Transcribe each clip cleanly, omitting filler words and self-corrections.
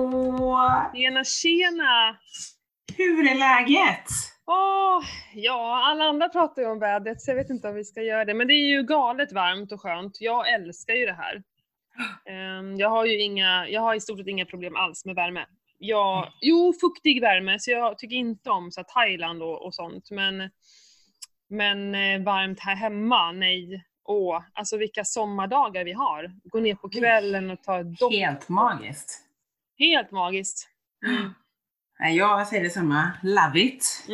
Tjena! Hur är läget? Ja, alla andra pratar ju om vädret så jag vet inte om vi ska göra det. Men det är ju galet varmt och skönt. Jag älskar ju det här. Jag har i stort sett inga problem alls med värme. Fuktig värme, så jag tycker inte om så här, Thailand och sånt. Men varmt här hemma, nej. Alltså vilka sommardagar vi har. Gå ner på kvällen och ta ett dopp. Helt magiskt. Helt magiskt. Jag säger detsamma. Love it.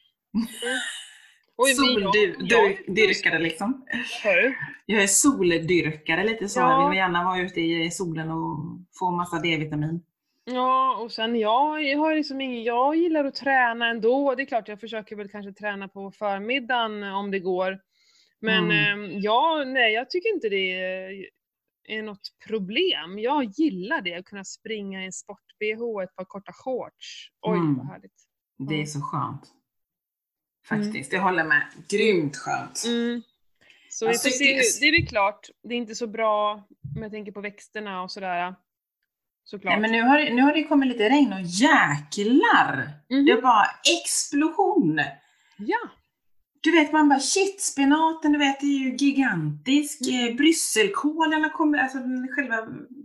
Soldyrkare liksom. Jag är soldyrkare lite så. Jag vill gärna vara ute i solen och få massa D-vitamin. Ja, och sen jag gillar att träna ändå. Det är klart jag försöker väl kanske träna på förmiddagen om det går. Men jag tycker inte det är något problem. Jag gillar det, att kunna springa i en sport-bh och ett par korta shorts. Oj, vad härligt. Det är så skönt. Faktiskt, jag håller med. Grymt skönt. Så vi får se, det är väl klart. Det är inte så bra om jag tänker på växterna och sådär. Såklart. Nej, men nu har det kommit lite regn och jäklar. Det är bara explosion. Ja. Du vet, man bara shit, spenaten, du vet, det är ju gigantisk. Brysselkålen har kommit, alltså själva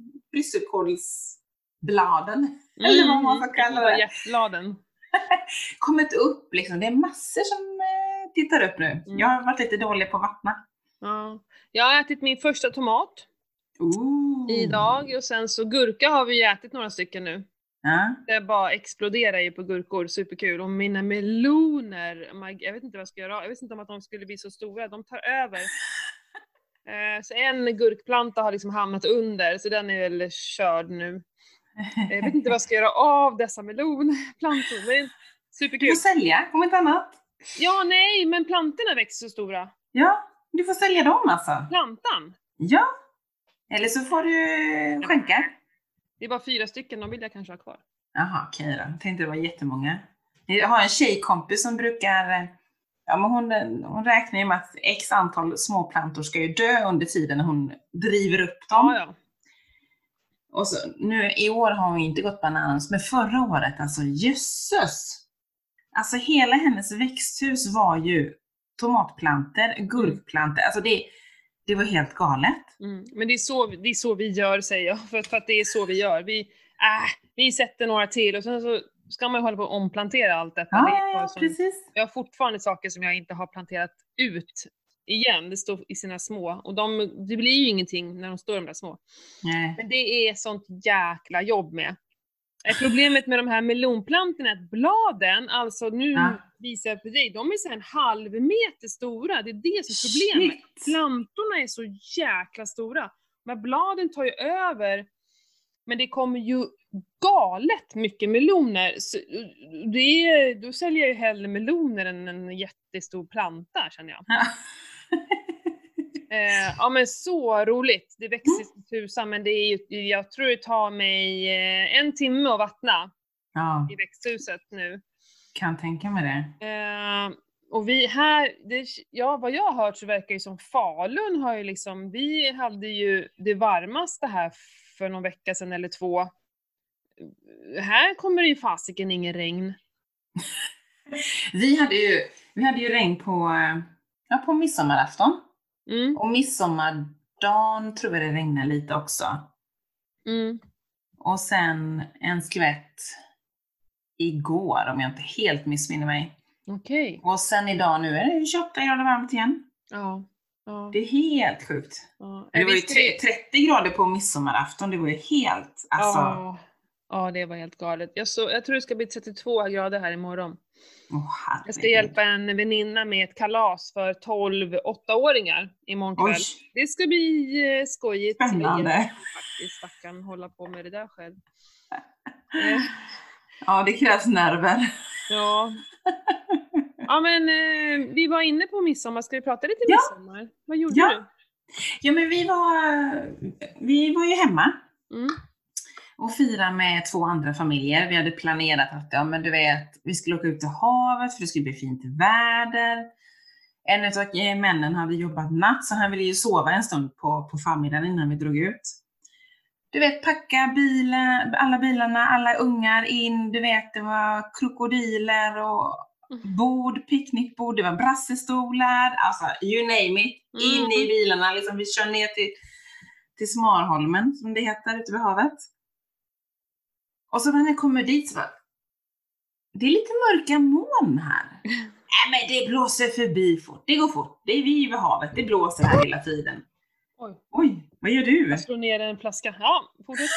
brysselkålsbladen. Eller vad man ska kalla det. Hjärtbladen. Kommit upp liksom. Det är massor som tittar upp nu. Jag har varit lite dålig på att vattna. Ja. Jag har ätit min första tomat. Idag, och sen så gurka har vi ätit några stycken nu. Det bara exploderar ju på gurkor, superkul. Och mina meloner, jag vet inte vad jag ska göra. Jag visste inte om att de skulle bli så stora, de tar över. Så en gurkplanta har liksom hamnat under, så den är väl körd nu. Jag vet inte vad jag ska göra av dessa melonplantor, men superkul. Du får sälja, om inte annat. Ja, nej, men plantorna växer så stora. Ja, du får sälja dem alltså. Plantan? Ja. Eller så får du skänka. Det är bara 4 stycken, de vill jag kanske ha kvar. Jaha, okej då. Jag tänkte det var jättemånga. Jag har en tjejkompis som brukar... Ja, men hon räknar ju med att x antal småplantor ska ju dö under tiden när hon driver upp dem. Ja. Och så, nu i år har hon inte gått bananas, men förra året, alltså jösses! Alltså hela hennes växthus var ju tomatplanter, gurkplanter, alltså det var helt galet. Men det är så vi gör, säger jag, för att det är så vi gör. Vi sätter några till och sen så ska man ju hålla på att omplantera allt detta. Ja, precis. Jag har fortfarande saker som jag inte har planterat ut igen. Det står i sina små. Och det blir ju ingenting när de står de där små. Nej. Men det är sånt jäkla jobb med. Problemet med de här melonplantorna är att bladen, alltså nu visar jag på dig, de är så en halv meter stora. Det är det som är problemet. Shit. Plantorna är så jäkla stora. Men bladen tar ju över. Men det kommer ju galet mycket meloner. Så då säljer jag ju hellre meloner än en jättestor planta, känner jag. Ja, men så roligt. Det växer som tusan, men jag tror det tar mig 1 timme att vattna i växthuset nu. Kan tänka mig det. Och vi här, vad jag har hört så verkar ju som Falun har ju liksom, vi hade ju det varmaste här för någon vecka sedan eller 2. Här kommer det ju fasiken ingen regn. Vi hade ju regn på midsommarafton. Och midsommardagen tror jag det regnade lite också. Och sen en skvätt igår, om jag inte helt missminner mig. Okej. Och sen idag nu är det 28 grader varmt igen. Ja. Det är helt sjukt. Det var ju 30 grader på midsommarafton. Det var ju helt... Alltså... Ja, det var helt galet. Jag tror det ska bli 32 grader här imorgon. Jag ska herregud. hjälpa en väninna med ett kalas för 12-8-åringar imorgon kväll. Oj. Det ska bli skojigt. Spännande. Faktiskt, stackarn hålla på med det där själv. Ja, det krävs nerver. Ja. Ja, men vi var inne på midsommar. Ska vi prata lite midsommar? Vad gjorde du? Ja, men vi var ju hemma. Och fira med 2 andra familjer. Vi hade planerat att men du vet, vi skulle åka ut till havet för det skulle bli fint väder. En av männen hade jobbat natt så han ville ju sova en stund på förmiddagen innan vi drog ut. du vet, packa bilen, alla bilarna, alla ungar in, du vet, det var krokodiler och bord, picknickbord, det var brassestolar, alltså you name it, in i bilarna, liksom vi kör ner till Smarholmen, som det heter, ute vid havet. Och så när jag kommer dit så bara, det är lite mörka moln här. Nej, men det blåser förbi fort, det går fort, det är vi vid havet, det blåser här hela tiden. Oj, vad gör du? Jag slår ner en flaska. Ja, fortsätt.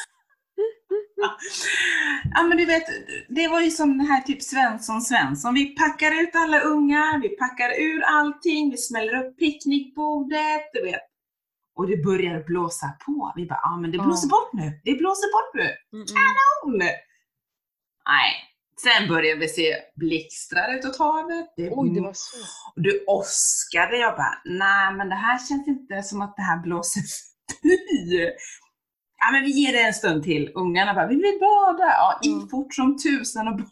Ja, men du vet, det var ju som det här typ Svensson. Vi packar ut alla ungar, vi packar ur allting, vi smäller upp picknickbordet, du vet. Och det börjar blåsa på. Vi bara, ja men det blåser bort nu. Det blåser bort nu. Kanon! Nej. Sen började vi se blixtrar utåt havet. Oj, det var så. Och du åskade. Jag bara, nej men det här känns inte som att det här blåser förbi. Ja men vi ger det en stund till. Ungarna bara, vi vill bada. Ja, i fort som tusen och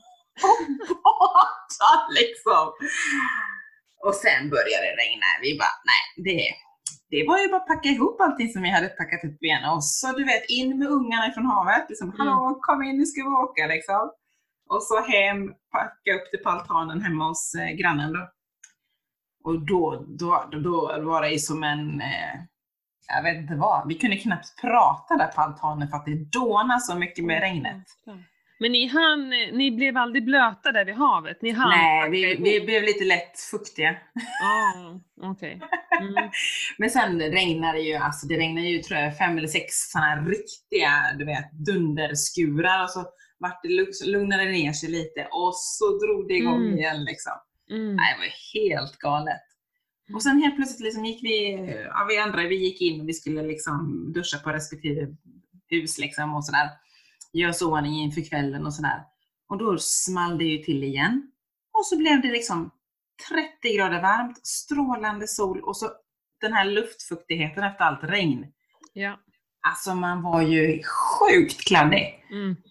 bada liksom. Och sen började det regna. Vi bara, nej det var ju bara att packa ihop allting som vi hade packat upp igen. Och så du vet, in med ungarna från havet. Liksom, hallå, kom in, nu ska vi åka liksom. Och så hem, packa upp det på altanen hemma hos grannen då. Och då var det ju som en, jag vet inte vad. Vi kunde knappt prata där på altanen för att det dånade så mycket med regnet. Men ni blev aldrig blöta där vid havet? Nej, vi blev lite lätt fuktiga. Okej. Men sen regnade det ju tror jag 5 eller 6 sådana riktiga, du vet, dunderskurar och så vart det lugnade ner sig lite och så drog det igång igen liksom. Nej, det var helt galet. Och sen helt plötsligt liksom gick vi gick in och vi skulle liksom duscha på respektive hus liksom och sådär. Gör så ordning inför kvällen och sådär. Och då small det ju till igen. Och så blev det liksom 30 grader varmt, strålande sol och så den här luftfuktigheten efter allt regn. Ja. Alltså man var ju sjukt kladdig.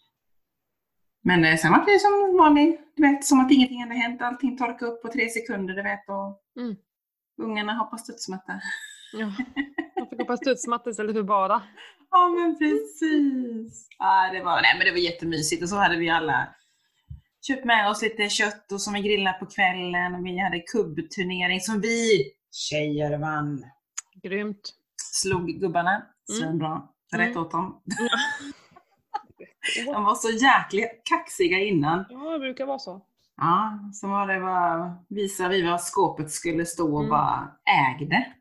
Men sen var det som vanligt, du vet, som att ingenting hade hänt. Allting torkade upp på 3 sekunder, du vet. Och ungarna hoppade studsmatta. Ja, de fick hoppa studsmatta istället för bada. Ja, men precis. Ja, det var jättemysigt. Och så hade vi alla köpt med oss lite kött och som vi grillade på kvällen. Och vi hade kubbturnering som vi tjejer vann. Grymt. Slog gubbarna. Så bra. Rätt åt dem. Ja. De var så jäkligt kaxiga innan. Ja, det brukar vara så. Ja, så var det bara visa vi vad skåpet skulle stå och bara ägde.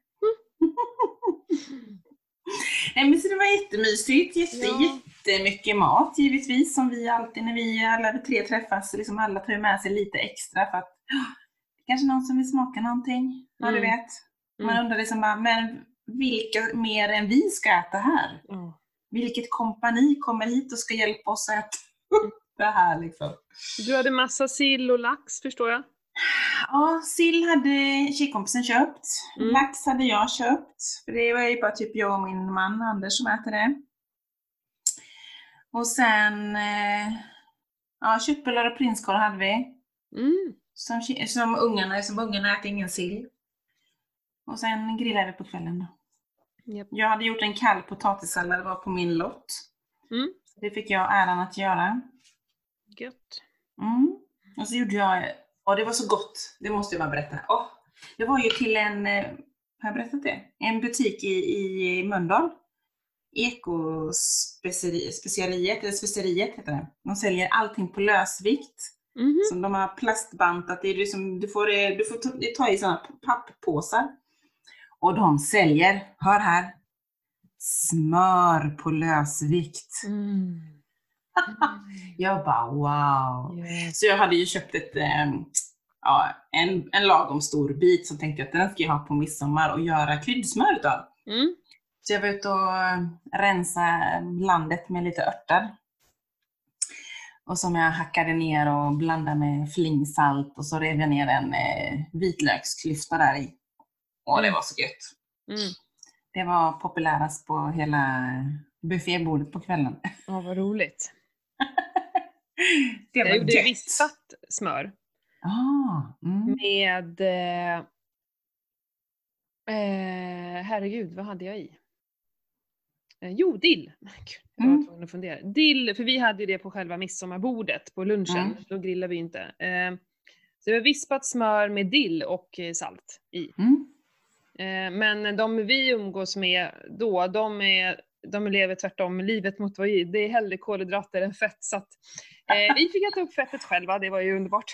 Nej, men så det var jättemysigt, jättemycket mat givetvis som vi alltid när vi alla 3 träffas, liksom alla tar med sig lite extra för att kanske någon som vill smaka någonting, ja du vet. Man undrar liksom bara, men vilka mer än vi ska äta här? Vilket kompani kommer hit och ska hjälpa oss att äta det här liksom. Du hade massa sill och lax, förstår jag. Ja, sill hade tjejkompisen köpt. Lax hade jag köpt. För det var ju bara typ jag och min man Anders som äter det. Och sen köttbullar och prinskorv hade vi. Som ungarna äter ingen sill. Och sen grillade vi på kvällen då. Yep. Jag hade gjort en kall potatissallad, det var på min lott. Det fick jag äran att göra. Gött. Och så gjorde jag, och det var så gott, det måste jag bara berätta. Det var ju till en, har jag berättat det? En butik i Mölndal. Ekospeceriet, eller speceriet heter det. De säljer allting på lösvikt. Som de har plastbantat. Det är liksom, du får ta i sådana papppåsar. Och de säljer, hör här, smör på lösvikt. Jag bara wow. Så jag hade ju köpt en lagom stor bit som tänkte att den ska jag ha på midsommar och göra kryddsmör utav. Så jag var ute och rensa landet med lite örter. Och som jag hackade ner och blandade med flingsalt och så rev jag ner en vitlöksklyfta där i. Och det var så gött. Det var populärast på hela buffébordet på kvällen. Ja, vad roligt. Det var jag gjorde vispat smör. Med herregud, vad hade jag i? Dill. Jag var tvungen att fundera. Dill, för vi hade ju det på själva midsommarbordet på lunchen. Då grillade vi inte. Så det var vispat smör med dill och salt i. Men de vi umgås med då, de lever tvärtom livet mot vad det är hellre kolhydrater än fett. Så att, vi fick äta upp fettet själva, det var ju underbart.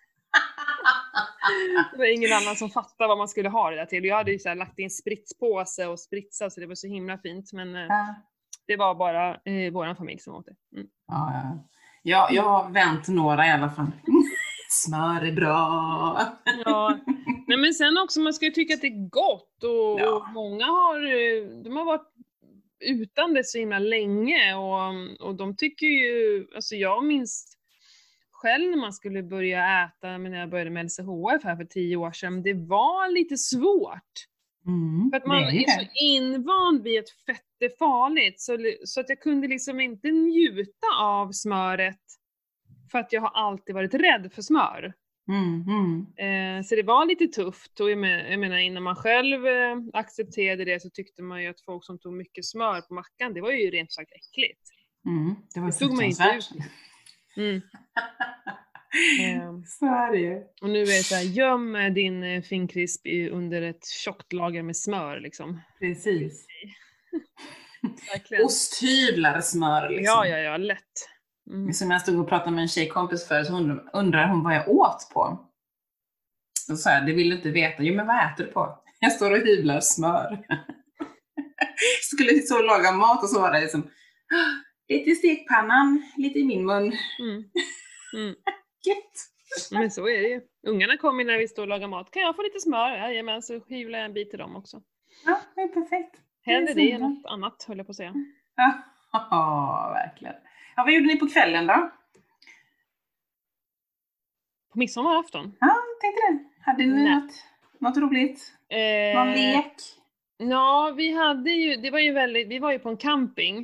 Det var ingen annan som fattade vad man skulle ha det där till. Jag hade ju så här lagt in spritspåse och spritsa, så det var så himla fint. Men det var bara våran familj som åt det. Ja, jag har vänt några i alla fall. Smör är bra. Ja. Nej, men sen också, man ska ju tycka att det är gott. Och många har varit utan det så himla länge. Och de tycker ju, alltså jag minns själv när man skulle börja äta, men när jag började med LCHF här för 10 år sedan, det var lite svårt. För att man är så invand vid att fett är farligt, så att jag kunde liksom inte njuta av smöret, för att jag har alltid varit rädd för smör. Så det var lite tufft, och jag menar innan man själv accepterade det, så tyckte man ju att folk som tog mycket smör på mackan, det var ju rent sagt äckligt. Det var tog man inte ut. Så är det ju. Och nu är det så här, göm din finkrisp under ett tjockt lager med smör liksom. Precis. Osthyvlare smör liksom. Ja, lätt. Som jag stod och pratade med en tjejkompis för, så undrar hon vad jag åt på. Och så här, det vill du inte veta. Jo, men vad äter du på? Jag står och hyvlar smör. Skulle så laga mat, och så var det liksom lite i stekpannan, lite i min mun. Gött. Men så är det ju. Ungarna kommer när vi står och lagar mat. Kan jag få lite smör? Jajamän, så hyvlar jag en bit till dem också. Ja, det är perfekt. Händer det något annat, höll jag på att säga. Ja, verkligen. Ja, vad gjorde ni på kvällen då? På midsommarafton? Ja, jag tänkte det. Hade ni något roligt? Någon lek? Ja, vi var ju på en camping.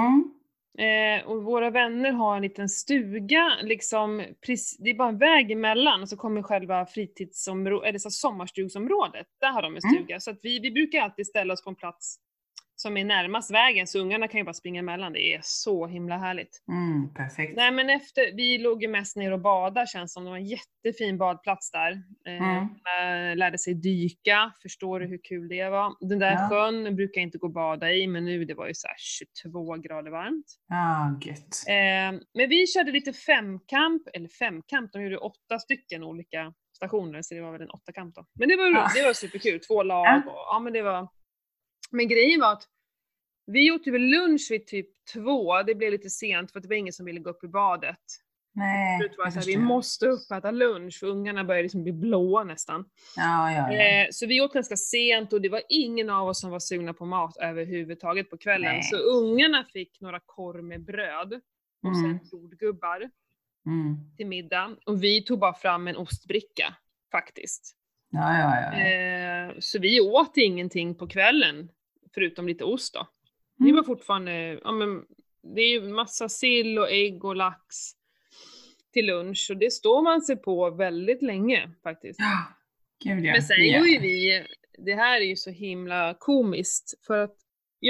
Och våra vänner har en liten stuga, liksom, det är bara en väg emellan, och så kommer själva fritidsområdet, eller så sommarstugsområdet, där har de en stuga. Så att vi brukar alltid ställa oss på en plats som är närmast vägen, så ungarna kan ju bara springa emellan. Det är så himla härligt. Perfekt. Nej, men vi låg ju mest ner och badade, känns som. Det var en jättefin badplats där. Lärde sig dyka, förstår du hur kul det var? Den där sjön brukar jag inte gå och bada i, men nu det var ju så här 22 grader varmt. Gött. Men vi körde lite femkamp, de gjorde 8 stycken olika stationer, så det var väl en 8-kamp då. Men det var superkul, 2 lag men det var. Men grejen var att vi åt väl lunch vid typ 2. Det blev lite sent för att det var ingen som ville gå upp i badet. Nej. Vi måste upp och äta lunch, för ungarna började liksom bli blåa nästan. Ja. Så vi åt ganska sent, och det var ingen av oss som var sugna på mat överhuvudtaget på kvällen. Nej. Så ungarna fick några korv med bröd och sen jordgubbar till middag. Och vi tog bara fram en ostbricka faktiskt. Ja. Så vi åt ingenting på kvällen förutom lite ost då. Det var fortfarande, det är ju massa sill och ägg och lax till lunch, och det står man sig på väldigt länge faktiskt. Gud, ja. Men sen går ju det här är ju så himla komiskt, för att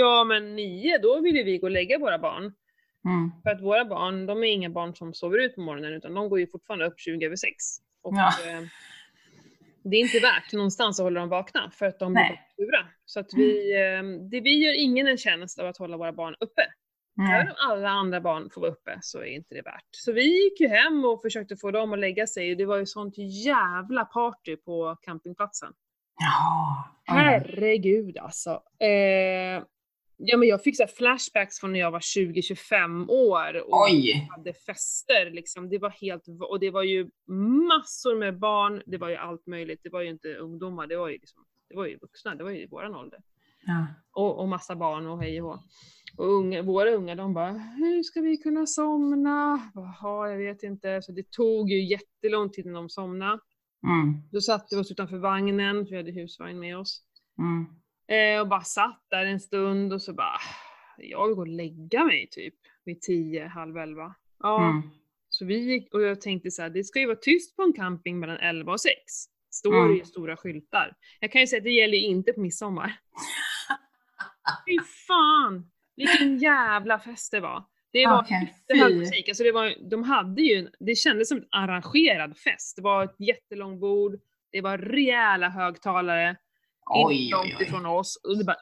9 då ville vi gå och lägga våra barn. För att våra barn, de är inga barn som sover ut på morgonen, utan de går ju fortfarande upp 20:06. Och det är inte värt någonstans att hålla dem vakna, för att de blir sura. Så att vi gör ingen en tjänst av att hålla våra barn uppe. Även om alla andra barn får vara uppe, så är inte det värt. Så vi gick ju hem och försökte få dem att lägga sig. Det var ju sånt jävla party på campingplatsen. Herregud alltså. Men jag fick så här flashbacks från när jag var 20-25 år och hade fester liksom. Det var och det var ju massor med barn, det var ju allt möjligt. Det var ju inte ungdomar, det var ju vuxna, det var ju i våran ålder. Och massa barn och hej och hå. Och våra unga, de bara, hur ska vi kunna somna? Jag vet inte. Så det tog ju jättelång tid när de somnade. Då satte vi oss utanför vagnen, för vi hade husvagn med oss. Och bara satt där en stund, och så bara, jag vill gå och lägga mig typ vid 10, halv 11. Så vi gick, och jag tänkte så här, det ska ju vara tyst på en camping mellan 11 och 6. Står det ju stora skyltar. Jag kan ju säga att det gäller ju inte på midsommar. Fy fan! Vilken jävla fest det var. Det var jättehög musik. Alltså det kändes som en arrangerad fest. Det var ett jättelångt bord. Det var rejäla högtalare. Inte långt ifrån oss. Och det bara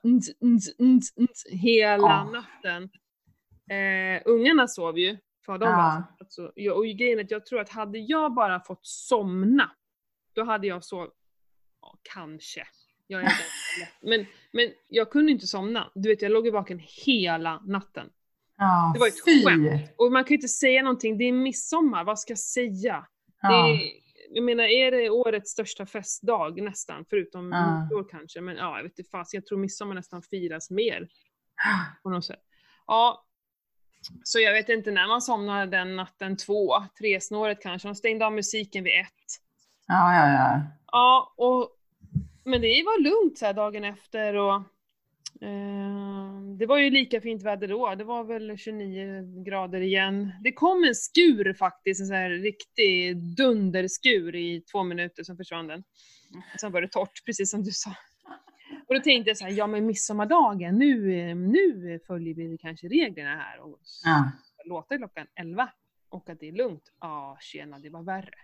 hela natten. Ungarna sov ju. För de alltså, och grejen är att jag tror att hade jag bara fått somna, då hade jag så kanske. Jag är men jag kunde inte somna. Du vet, jag låg i vaken hela natten. Det var ett skämt. Och man kan ju inte säga någonting. Det är midsommar. Vad ska jag säga? Jag menar, är det årets största festdag nästan? Förutom nyår kanske. Men jag vet inte fast. Jag tror midsommar nästan firas mer. På något sätt. Ja. Så jag vet inte när man somnade den natten 2. 3-snåret kanske. De stängde av musiken vid 1. Ja, men det var lugnt så här dagen efter och det var ju lika fint väder då. Det var väl 29 grader igen. Det kom en skur faktiskt, en så här riktig dunderskur i 2 minuter, som försvann den. Och sen var det torrt, precis som du sa. Och då tänkte jag så här, men midsommardagen, nu följer vi kanske reglerna här och låter klockan 11 och att det är lugnt. Tjena, det var värre.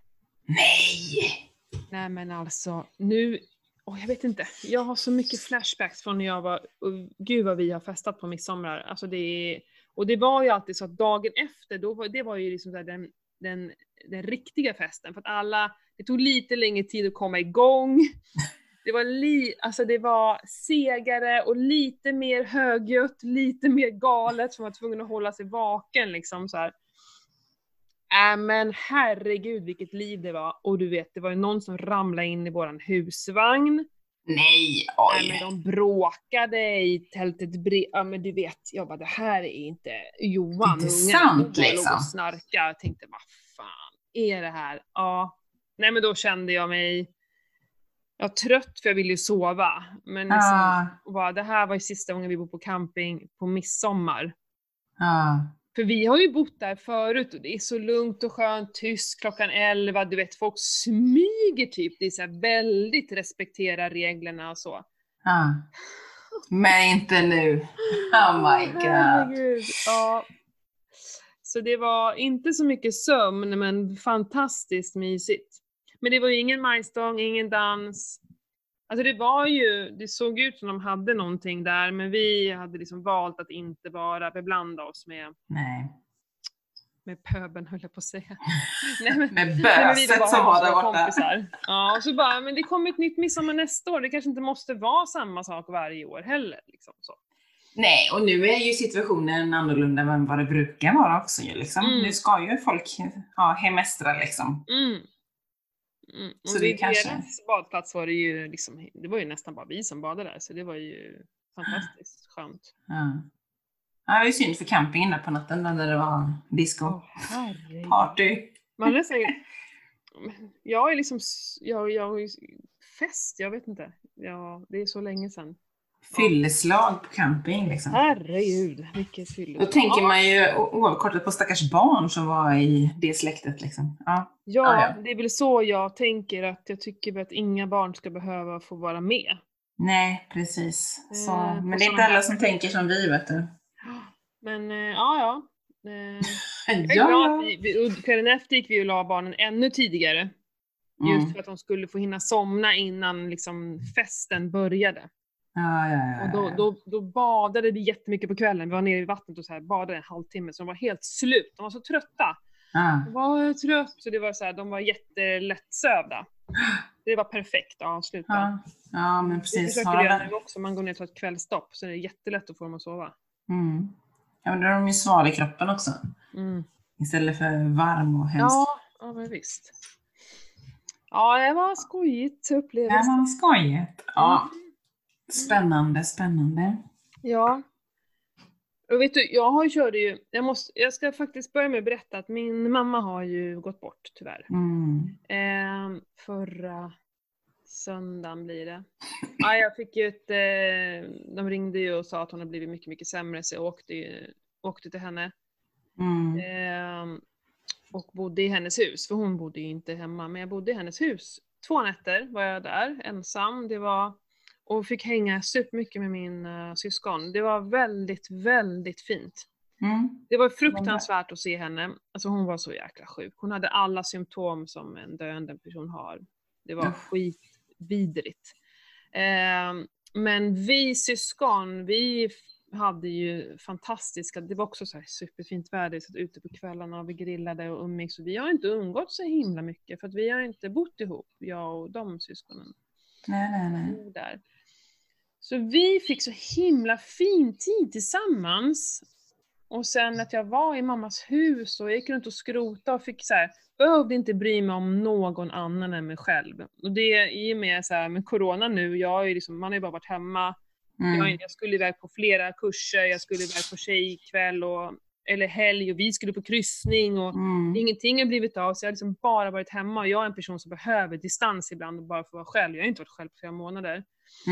Nej men alltså, nu jag vet inte. Jag har så mycket flashbacks från när jag var... Gud vad vi har festat på midsommar. Alltså det var ju alltid så att dagen efter, det var ju liksom den riktiga festen. För att det tog lite längre tid att komma igång. Det var det var segare och lite mer högljutt, lite mer galet. Som var tvungen att hålla sig vaken liksom så här. Men herregud vilket liv det var. Och du vet, det var ju någon som ramlade in i våran husvagn. Nej, men de bråkade i tältet men du vet, jag bara, det här är inte Johan. Det är inte sant liksom. Och snarka. Jag tänkte, vad fan är det här? Nej men då kände jag mig trött för jag ville ju sova. Men liksom, det här var ju sista gången vi bor på camping på midsommar. För vi har ju bott där förut och det är så lugnt och skönt, tyst klockan 11, du vet, folk smyger typ, det är så här väldigt respektera reglerna och så. Men inte nu. Oh my god. Herregud. Ja. Så det var inte så mycket sömn, men fantastiskt mysigt. Men det var ju ingen majstång, ingen dans. Alltså det såg ut som de hade någonting där, men vi hade liksom valt att inte bara beblanda oss med pöben, höll jag på att säga. Med böset som var där borta. Kompisar. Ja, och så bara, men det kommer ett nytt midsommar nästa år. Det kanske inte måste vara samma sak varje år heller. Liksom, så. Nej, och nu är ju situationen annorlunda än vad det brukar vara också. Liksom. Nu ska ju folk hemestra liksom. Så det deras badplats var det ju liksom, det var ju nästan bara vi som badade där, så det var ju fantastiskt skönt. Det var ju synd för campingen där på natten när det var disco party. Man är säkert, jag är liksom jag fest, jag vet inte. Det är så länge sedan. Fylleslag på camping liksom. Herregud, vilket fylleslag. Då tänker man ju oavkortat på stackars barn som var i det släktet liksom. Ja, det är väl så jag tänker, att jag tycker att inga barn ska behöva få vara med. Nej, precis. Men det är inte alla som tänker som vi, vet du. Men jag är glad att kvällen efter gick vi och la barnen ännu tidigare. Just för att de skulle få hinna somna innan liksom festen började. Och då badade vi jättemycket på kvällen. Vi var nere i vattnet och så här badade en halvtimme, så de var helt slut. De var så trötta. De var trött, så det var så här, de var jättelättsövda. Det var perfekt att avsluta. Ja, men precis. Det försöker göra nu också. Man går ner och tar ett kvällstopp, så det är jättelätt att få dem att sova. Ja, men då är de ju sval i kroppen också. Istället för varm och hemskt. Ja, men visst. Ja, det var skojigt upplevelse. Det var skojigt. Ja. Spännande. Ja. Och vet du, jag ska faktiskt börja med att berätta att min mamma har ju gått bort tyvärr. Förra söndagen blir det. Ja, jag fick ju de ringde ju och sa att hon har blivit mycket, mycket sämre, så jag åkte till henne. Och bodde i hennes hus, för hon bodde ju inte hemma, men jag bodde i hennes hus. 2 nätter var jag där, ensam. och fick hänga supermycket med min syskon. Det var väldigt, väldigt fint. Det var fruktansvärt att se henne. Alltså hon var så jäkla sjuk. Hon hade alla symptom som en döende person har. Det var skitvidrigt. Men vi syskon, vi hade ju fantastiska, det var också så här superfint väder, så att ute på kvällarna och vi grillade och umgicks. Så vi har inte umgått så himla mycket för att vi har inte bott ihop, jag och de syskonen. Nej. Där. Så vi fick så himla fin tid tillsammans. Och sen att jag var i mammas hus och jag gick runt och skrota och fick så här, behövde inte bry mig om någon annan än mig själv. Och det i och med så här, med corona nu, jag är liksom, man har ju bara varit hemma. Jag skulle iväg på flera kurser, jag skulle iväg på tjejkväll eller helg och vi skulle på kryssning och ingenting har blivit av. Så jag har liksom bara varit hemma och jag är en person som behöver distans ibland och bara få vara själv. Jag har inte varit själv på flera månader.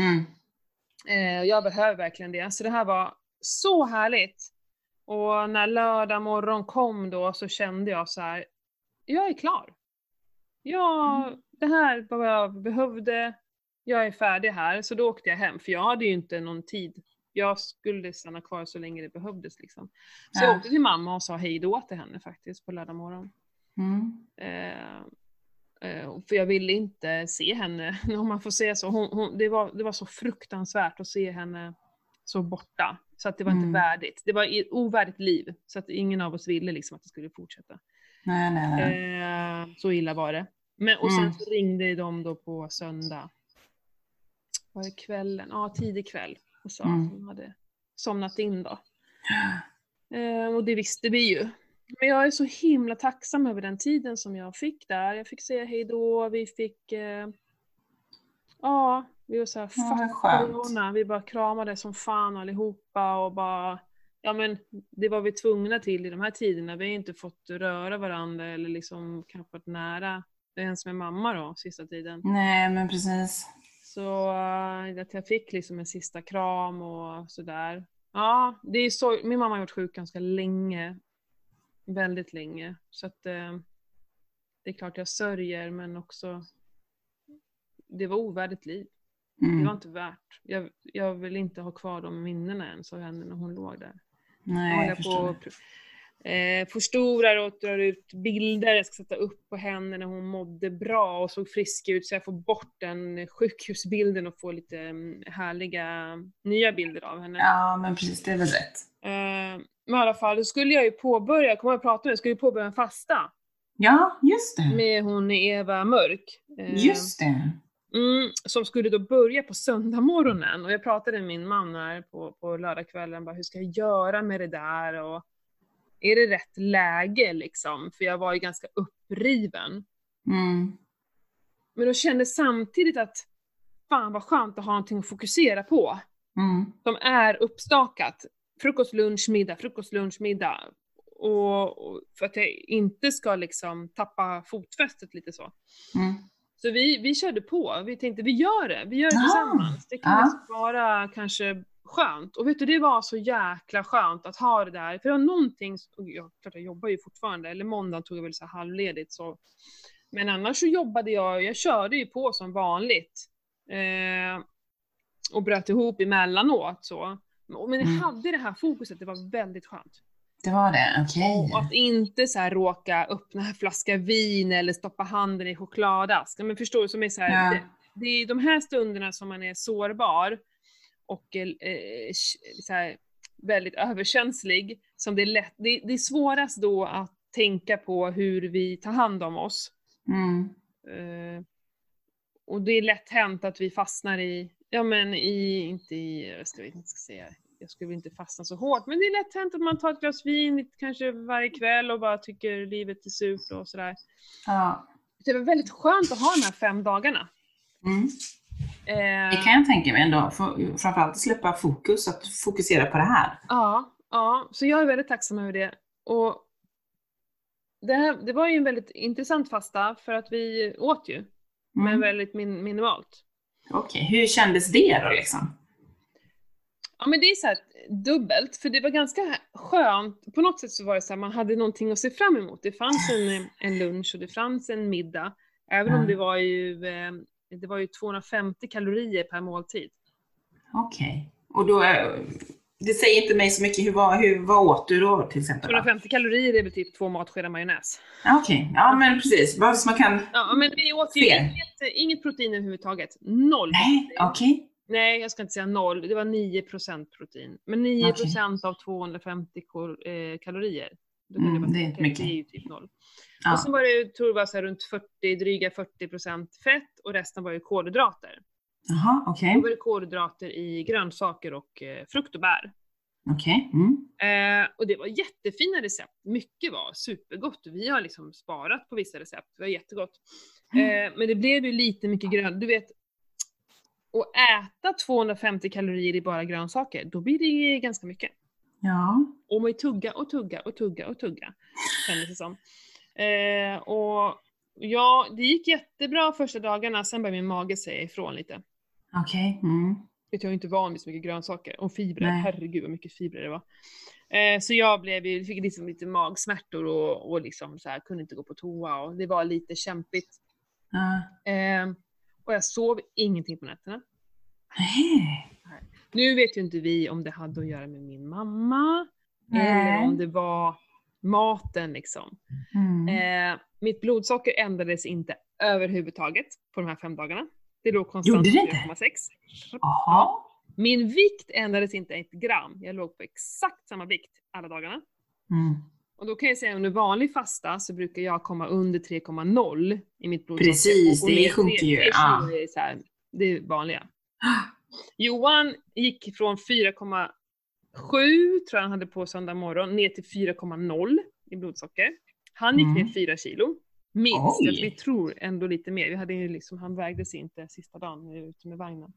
Jag behöver verkligen det. Så det här var så härligt. Och när lördag morgon kom då så kände jag så här, jag är klar. Det här var vad jag behövde. Jag är färdig här. Så då åkte jag hem. För jag hade ju inte någon tid. Jag skulle stanna kvar så länge det behövdes liksom. Så jag åkte till mamma och sa hej då till henne faktiskt på lördag morgon. För jag ville inte se henne. Om man får säga så. Det var så fruktansvärt att se henne så borta. Så att det var inte värdigt. Det var ett ovärdigt liv. Så att ingen av oss ville liksom att det skulle fortsätta. Nej. Så illa var det. Och sen så ringde de då på söndag. Var det kvällen? Ja, tidig kväll. Och sa att hon hade somnat in då. Och det visste vi ju. Men jag är så himla tacksam över den tiden som jag fick där. Jag fick säga hej då. Vi fick... vi var så här corona. Vi bara kramade som fan allihopa. Och bara... Ja men det var vi tvungna till i de här tiderna. Vi har inte fått röra varandra. Eller liksom kanske varit nära. Ens med mamma då, sista tiden. Nej men precis. Så att jag fick liksom en sista kram och sådär. Ja, det är så. Min mamma har varit sjuk ganska länge. Väldigt länge. Så att det är klart jag sörjer, men också det var ovärdigt liv. Det var inte värt. Jag vill inte ha kvar de minnena ens av henne när hon låg där. Nej, jag förstår. Förstorar och drar ut bilder jag ska sätta upp på henne när hon mådde bra och såg frisk ut, så jag får bort den sjukhusbilden och får lite härliga nya bilder av henne. Ja men precis, det är väl rätt. Men i alla fall, då skulle jag ju påbörja, jag skulle påbörja en fasta. Ja, just det. Med hon Eva Mörk. Just det. Som skulle då börja på söndag morgonen. Och jag pratade med min man här på lördagskvällen. Bara, hur ska jag göra med det där? Och är det rätt läge liksom? För jag var ju ganska uppriven. Men då kände samtidigt att fan vad skönt att ha någonting att fokusera på. Som är uppstakat. Frukost, lunch, middag. Och för att jag inte ska liksom tappa fotfästet lite så. Så vi körde på. Vi tänkte vi gör det tillsammans. Det kan liksom vara kanske skönt. Och vet du, det var så jäkla skönt att ha det där. För det var någonting, klart jag jobbar ju fortfarande. Eller måndagen tog jag väl så halvledigt. Så. Men annars så jobbade jag körde ju på som vanligt. Och bröt ihop emellanåt så. Men jag hade det här fokuset, det var väldigt skönt. Det var det, okej. Och att inte så här råka öppna en flaska vin eller stoppa handen i chokladask. Men förstår du, som är så här, det är de här stunderna som man är sårbar och så här, väldigt överkänslig, som det är lätt. Det är svårast då att tänka på hur vi tar hand om oss. Och det är lätt hänt att vi fastnar jag skulle inte fastna så hårt, men det är lätt hänt att man tar ett glas vin kanske varje kväll och bara tycker livet är surt och sådär. Ja. Det var väldigt skönt att ha de här 5 dagarna. Det kan jag tänka mig ändå, framförallt att släppa fokus, att fokusera på det här. Ja, så jag är väldigt tacksam över det. Och det var ju en väldigt intressant fasta, för att vi åt ju, men väldigt minimalt. Okej, hur kändes det då liksom? Ja, men det är så här dubbelt, för det var ganska skönt. På något sätt så var det så här, man hade någonting att se fram emot. Det fanns en lunch och det fanns en middag. Även om det var ju 250 kalorier per måltid. Okej. Och då, det säger inte mig så mycket, vad åt du då till exempel? 250 kalorier är väl typ 2 matskedar majonnäs. Okej, ja men precis. Vad som man kan... Ja, men vi åt ju inget protein överhuvudtaget. 0. Nej, okej. Nej, jag ska inte säga 0. Det var 9% protein. Men 9% av 250 kalorier. Det är inte mycket. Det är ju typ 0. Ja. Och så var det, tror jag, var så här runt dryga 40% fett och resten var ju kolhydrater. Jaha, okej. Då var det kolhydrater i grönsaker och frukt och bär. Okej. Och det var jättefina recept. Mycket var supergott. Vi har liksom sparat på vissa recept. Det var jättegott. Men det blev ju lite mycket grönt. Du vet, att äta 250 kalorier i bara grönsaker, då blir det ganska mycket. Ja. Och man tugga. Kändes det som. Och ja, det gick jättebra första dagarna. Sen började min mage säga ifrån lite. Okej. Jag är inte van vid så mycket grönsaker. Och fibrer. Nej. Herregud vad mycket fibrer det var. Så jag fick liksom lite magsmärtor och liksom så här, kunde inte gå på toa. Och det var lite kämpigt. Och jag sov ingenting på nätterna. Nu vet ju inte vi om det hade att göra med min mamma. Eller om det var maten liksom. Mitt blodsocker ändrades inte överhuvudtaget på de här 5 dagarna. Det låg konstant 4,6. Ja. Min vikt ändrades inte 1 gram. Jag låg på exakt samma vikt alla dagarna. Och då kan jag säga att under vanlig fasta så brukar jag komma under 3,0 i mitt blodsocker. Precis, det sjunker ju. Det är vanliga. Johan gick från 4,7 tror jag han hade på söndag morgon ner till 4,0 i blodsocker. Han gick ner 4 kilo. Minst, att vi tror ändå lite mer. Vi hade ju liksom, han vägde sig inte sista dagen ute med vagnen.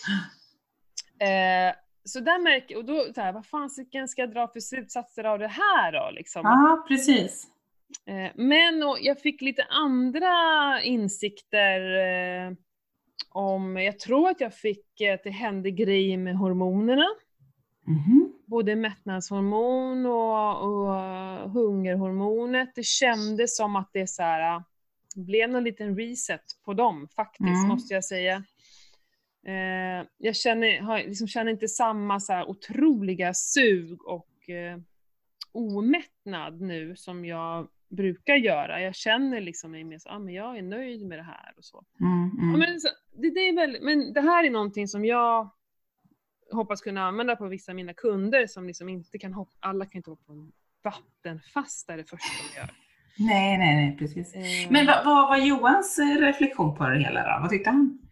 Så där märker, och då så här, vad fan ska jag dra för slutsatser av det här då liksom? Ja, precis. Men jag fick lite andra insikter om, jag tror att jag fick att det hände grejer med hormonerna. Både mättnadshormon och hungerhormonet. Det kändes som att det så här, blev någon liten reset på dem faktiskt, måste jag säga. Jag känner inte samma så här otroliga sug och omättnad nu som jag brukar göra. Jag känner liksom mig mer så, men jag är nöjd med det här och så. Ja, men, det är väl, men det här är någonting som jag hoppas kunna använda på vissa av mina kunder som liksom inte kan alla kan inte hoppa på en vattenfasta det första de gör. Nej, precis. Men vad var Johans reflektion på det hela då? Vad tyckte han?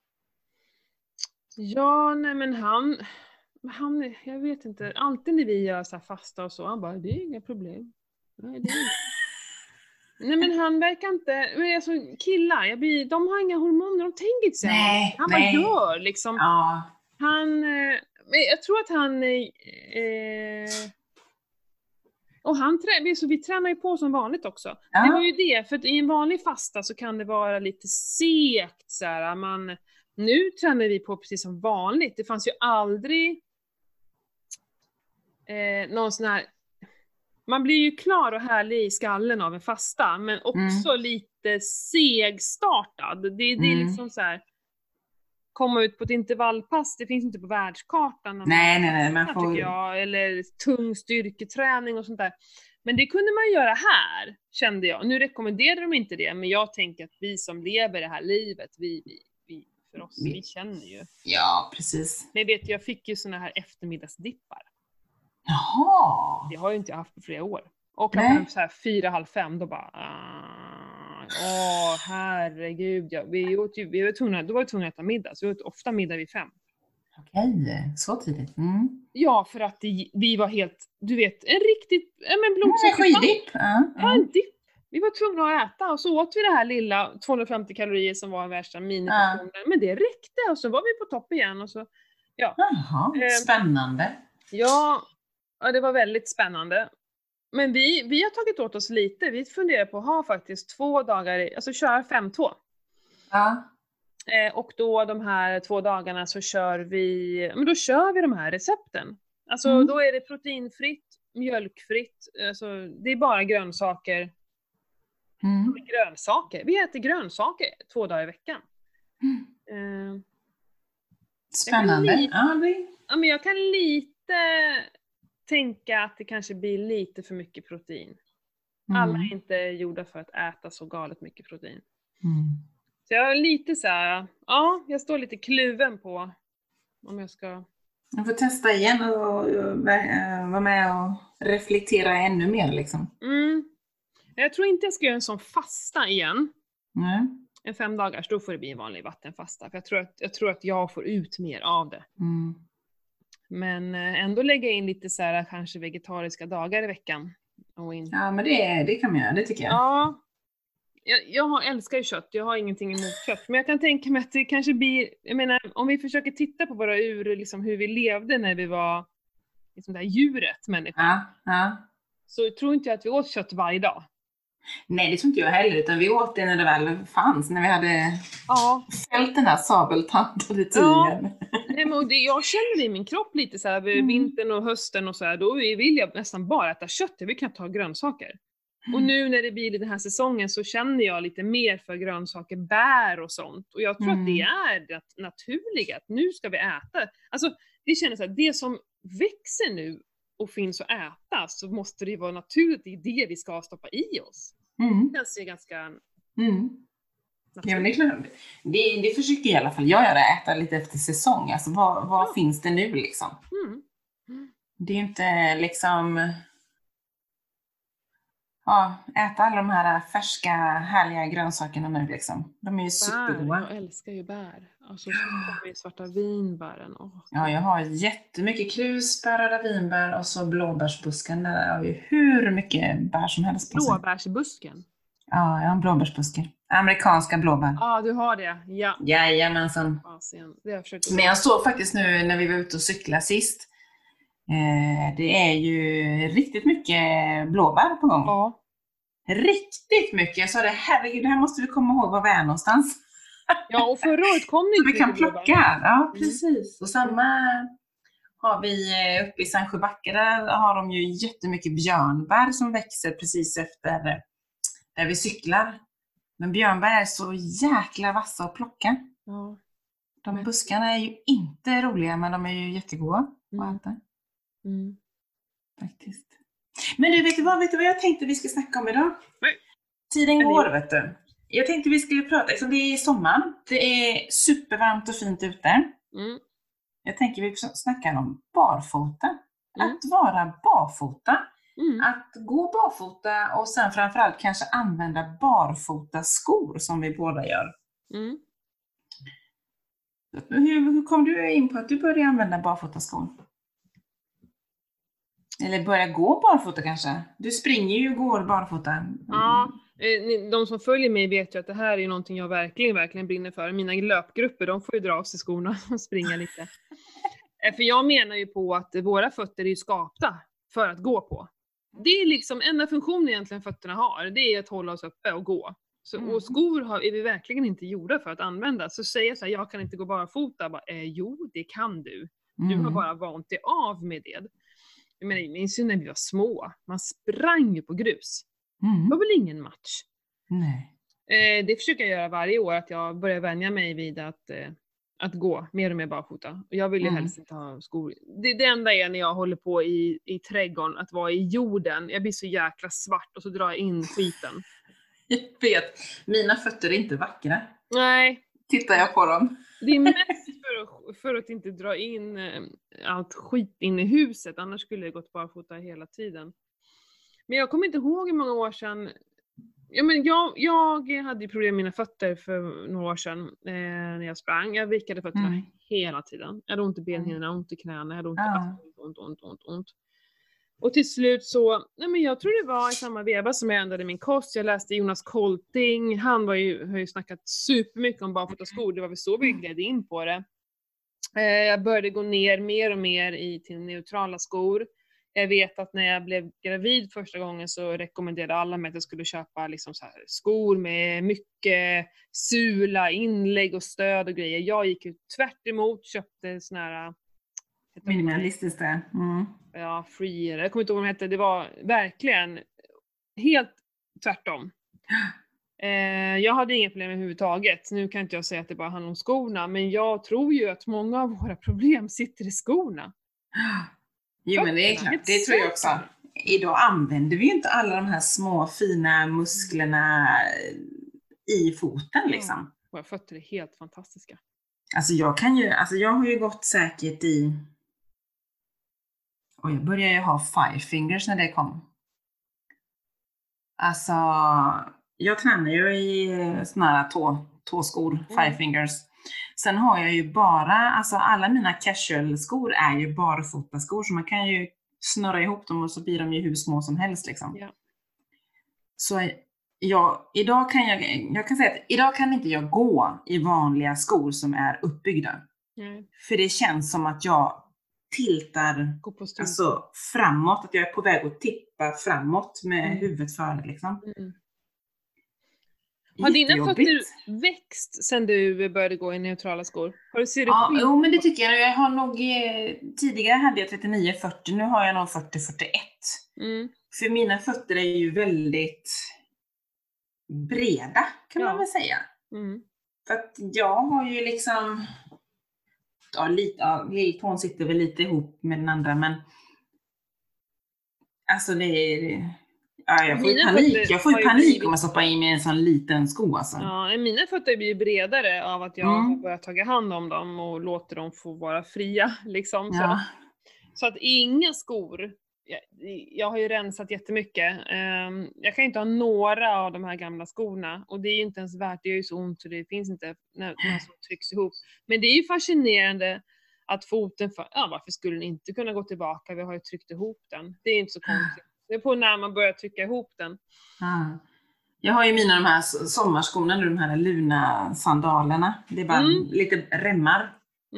Ja, nej men han, jag vet inte, alltid när vi gör så här fasta och så, han bara, det är inga problem. Nej, det är inga. Nej men han verkar inte, men alltså killar, de har inga hormoner, de tänker inte så. Han bara gör liksom. Ja. Jag tror att han och vi tränar ju på som vanligt också. Ja. Det var ju det, för i en vanlig fasta så kan det vara lite segt så här, nu tränar vi på precis som vanligt. Det fanns ju aldrig någon sån här, man blir ju klar och härlig i skallen av en fasta, men också lite segstartad. Det är liksom så här, komma ut på ett intervallpass, det finns inte på världskartan. Nej, man får... tycker jag, eller tung styrketräning och sånt där. Men det kunde man göra här, kände jag. Nu rekommenderar de inte det, men jag tänker att vi som lever det här livet, för oss, vi känner ju. Ja, precis. Men jag fick ju såna här eftermiddagsdippar. Jaha. Det har jag inte haft på flera år. Och klockan så här 4:30, då bara... herregud. Då var vi tvungna att äta middag. Så vi åt ofta middag vid 5. Okej, så tidigt. Ja, för att vi var helt... Du vet, en riktigt... skiddipp. Ja, en dipp. Vi var tvungna att äta. Och så åt vi det här lilla 250 kalorier som var värsta miniportionen. Men det räckte. Och så var vi på topp igen. Och så, ja. Jaha, spännande. Ja, det var väldigt spännande. Men vi har tagit åt oss lite. Vi funderar på att ha faktiskt 2 dagar, alltså köra 5-2. Ja. Och då de här 2 dagarna så kör vi de här recepten. Alltså då är det proteinfritt, mjölkfritt, alltså det är bara grönsaker. Grönsaker. Vi äter grönsaker 2 dagar i veckan. Spännande. Men jag kan lite tänka att det kanske blir lite för mycket protein. Alla är inte gjorda för att äta så galet mycket protein. Så jag är lite så här, jag står lite kluven på om jag ska... Jag får testa igen och vara med och reflektera ännu mer liksom. Jag tror inte jag ska göra en sån fasta igen. Nej. En 5 dagars, då får det bli en vanlig vattenfasta. För jag tror att jag får ut mer av det. Men ändå lägga in lite så här kanske vegetariska dagar i veckan. Ja, men det kan man göra, det tycker jag. Ja. Jag älskar ju kött, jag har ingenting emot kött. Men jag kan tänka mig att det kanske blir, jag menar, om vi försöker titta på våra liksom hur vi levde när vi var liksom det här djuret, människan. Ja. Så tror inte jag att vi åt kött varje dag. Nej, det tror inte jag heller, utan vi åt det när det väl fanns, när vi hade fällt den här sabeltandade tigern. Nej, men jag känner det i min kropp lite så här, vintern och hösten och så här, då vill jag nästan bara äta kött, jag vill knappt ha grönsaker. Och nu när det blir den här säsongen så känner jag lite mer för grönsaker, bär och sånt. Och jag tror att det är det naturliga, att nu ska vi äta. Alltså det känns så här, det som växer nu och finns att äta, så måste det vara naturligt, det är det vi ska stoppa i oss. Det känns ju ganska... Ja, men det är klart. Det försöker i alla fall jag göra, äta lite efter säsong. Alltså vad finns det nu liksom? Det är ju inte liksom... äta alla de här färska, härliga grönsakerna nu liksom. De är ju supergoda. Jag älskar ju bär. Alltså så svarta vinbären. Ja, jag har jättemycket krusbär, röda vinbär och så blåbärsbusken. Där har ju hur mycket bär som helst på sig. Blåbärsbusken? Ja, jag har en blåbärsbuske. Amerikanska blåbär. Ja, du har det. Ja. Jajamensan. Men jag såg faktiskt nu när vi var ute och cykla sist. Det är ju riktigt mycket blåbär på gång. Ja. Riktigt mycket. Jag sa det, herregud, det här måste vi komma ihåg var vi är någonstans. Ja, och förra året kom det inte. Vi kan plocka. Ja, precis. Och samma har vi uppe i Sandsjöbacka. Där har de ju jättemycket björnbär som växer precis efter där vi cyklar. Men björnbär är så jäkla vassa att plocka. Ja. De buskarna är ju inte roliga, men de är ju jättegoda att äta. Faktiskt. Men du, vet du vad jag tänkte vi ska snacka om idag? Nej. Tiden går, vet du. Jag tänkte vi skulle prata, eftersom det är sommar. Det är supervarmt och fint ute. Jag tänker vi snackar om barfota. Att vara barfota. Att gå barfota och sen framförallt kanske använda barfota skor som vi båda gör. Hur kom du in på att du började använda barfota skor? Eller börja gå barfota kanske? Du springer ju och går barfota. Ja, de som följer mig vet ju att det här är någonting jag verkligen brinner för. Mina löpgrupper, de får ju dra av sig skorna och springa lite. För jag menar ju på att våra fötter är ju skapta för att gå på. Det är liksom enda funktionen egentligen fötterna har. Det är att hålla oss uppe och gå. Så, och skor är vi verkligen inte gjorda för att använda. Så säger jag så här, jag kan inte gå barfota. Jo, det kan du. Du har bara vant dig av med det. Jag menar, jag minns ju när vi var små. Man sprang ju på grus. Det var väl ingen match. Nej. Det försöker jag göra varje år. Att jag börjar vänja mig vid att gå mer och mer barfota. Och jag vill ju helst inte ha skor. Det enda är när jag håller på i trädgården. Att vara i jorden. Jag blir så jäkla svart. Och så drar jag in skiten. Jag vet. Mina fötter är inte vackra. Nej. Tittar jag på dem. Det är mest för att inte dra in allt skit in i huset. Annars skulle jag gått barfota hela tiden. Men jag kommer inte ihåg hur många år sedan. Jag hade ju problem med mina fötter för några år sedan när jag sprang. Jag vickade fötterna hela tiden. Jag hade ont i benhinnorna, ont i knäna. Jag hade ont. Och till slut så, jag tror det var i samma veva som jag ändrade min kost. Jag läste Jonas Kolting. Han har ju snackat supermycket om barfota skor. Det var väl så vi gled in på det. Jag började gå ner mer och mer till neutrala skor. Jag vet att när jag blev gravid första gången så rekommenderade alla mig att jag skulle köpa liksom så här skor med mycket sula, inlägg och stöd och grejer. Jag gick ju tvärt emot, köpte såna här minimalistiska. Ja, free. Jag kommer inte ihåg vad de hette. Det var verkligen helt tvärtom. Jag hade inga problem överhuvudtaget. Nu kan inte jag säga att det bara handlar om skorna, men jag tror ju att många av våra problem sitter i skorna. Jo, men det är klart, det tror jag också. Idag använder vi ju inte alla de här små fina musklerna i foten liksom. Våra fötter är helt fantastiska. Alltså jag har ju gått säkert i... Och jag började ju ha 5 fingers när det kom. Alltså, jag tränar ju i såna här tåskor, 5 fingers. Sen har jag ju bara, alltså alla mina casual-skor är ju barfotaskor, så man kan ju snurra ihop dem och så blir de ju hur små som helst liksom. Ja. Så idag kan jag kan säga att idag kan inte jag gå i vanliga skor som är uppbyggda. För det känns som att jag tiltar alltså framåt, att jag är på väg att tippa framåt med huvudet före liksom. Har dina fötter växt sen du började gå i neutrala skor? Jo, men det tycker jag. Jag har nog, tidigare hade jag 39-40, nu har jag nog 40-41. För mina fötter är ju väldigt breda, kan man väl säga. För att jag har ju liksom, lilltån sitter väl lite ihop med den andra, men alltså det är... Ja, jag får ju panik om jag stoppar in med en sån liten sko alltså. Ja, mina fötter blir bredare av att jag har börjat ta hand om dem och låter dem få vara fria liksom. Ja. Så att inga skor, jag har ju rensat jättemycket. Jag kan inte ha några av de här gamla skorna, och det är ju inte ens värt, det är ju så ont så det finns inte när som trycks ihop. Men det är ju fascinerande att foten, varför skulle den inte kunna gå tillbaka? Vi har ju tryckt ihop den. Det är inte så konstigt. Det är på när man börjar trycka ihop den. Jag har ju de här sommarskorna, de här luna sandalerna. Det är bara lite remmar.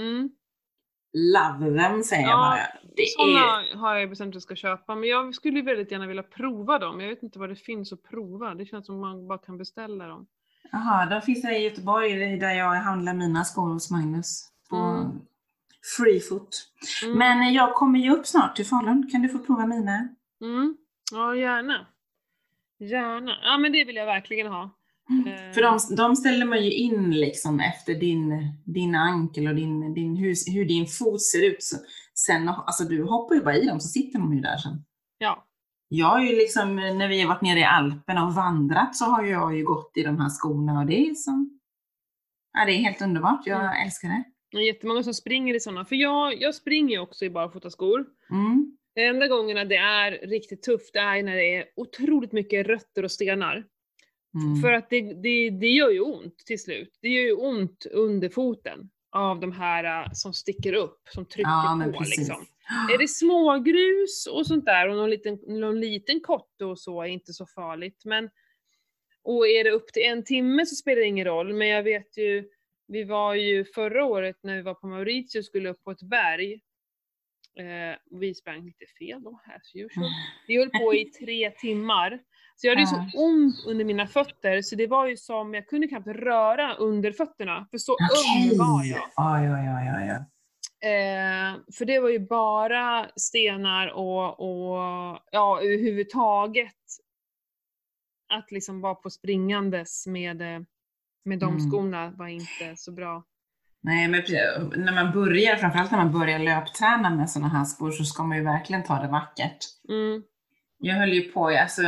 Love them, säger jag bara. Sådana har jag bestämt att jag ska köpa. Men jag skulle väldigt gärna vilja prova dem. Jag vet inte vad det finns att prova. Det känns som man bara kan beställa dem. Jaha, de finns i Göteborg där jag handlar mina skor hos Magnus. På Freefoot. Men jag kommer ju upp snart till Falun. Kan du få prova mina? Ja, gärna. Ja, men det vill jag verkligen ha. För de ställer man ju in liksom efter din ankel och hur din fot ser ut. Sen, alltså du hoppar ju bara i dem så sitter de ju där sen. Ja. Jag har ju liksom, när vi har varit nere i Alperna och vandrat, så har jag ju gått i de här skorna, och det är det är helt underbart. Jag älskar det. Det är jättemånga som springer i sådana. För jag springer ju också i barfotaskor. De enda gångerna det är riktigt tufft, det är när det är otroligt mycket rötter och stenar. För att det gör ju ont till slut. Det gör ju ont under foten av de här som sticker upp, som trycker på liksom. Är det smågrus och sånt där och någon liten kotte och så är inte så farligt. Och är det upp till 1 timme så spelar det ingen roll. Men jag vet ju, vi var ju förra året när vi var på Mauritius och skulle upp på ett berg. Vi sprang lite fel då, as usual. Vi höll på i 3 timmar. Så jag hade ju så ont under mina fötter, så det var ju som, jag kunde knappt röra under fötterna. För så öm var jag. Ja. För det var ju bara stenar och överhuvudtaget att liksom vara på springandes med de skorna var inte så bra. Nej, men när man börjar, framförallt när man börjar löpträna med såna här skor, så ska man ju verkligen ta det vackert. Jag höll ju på, alltså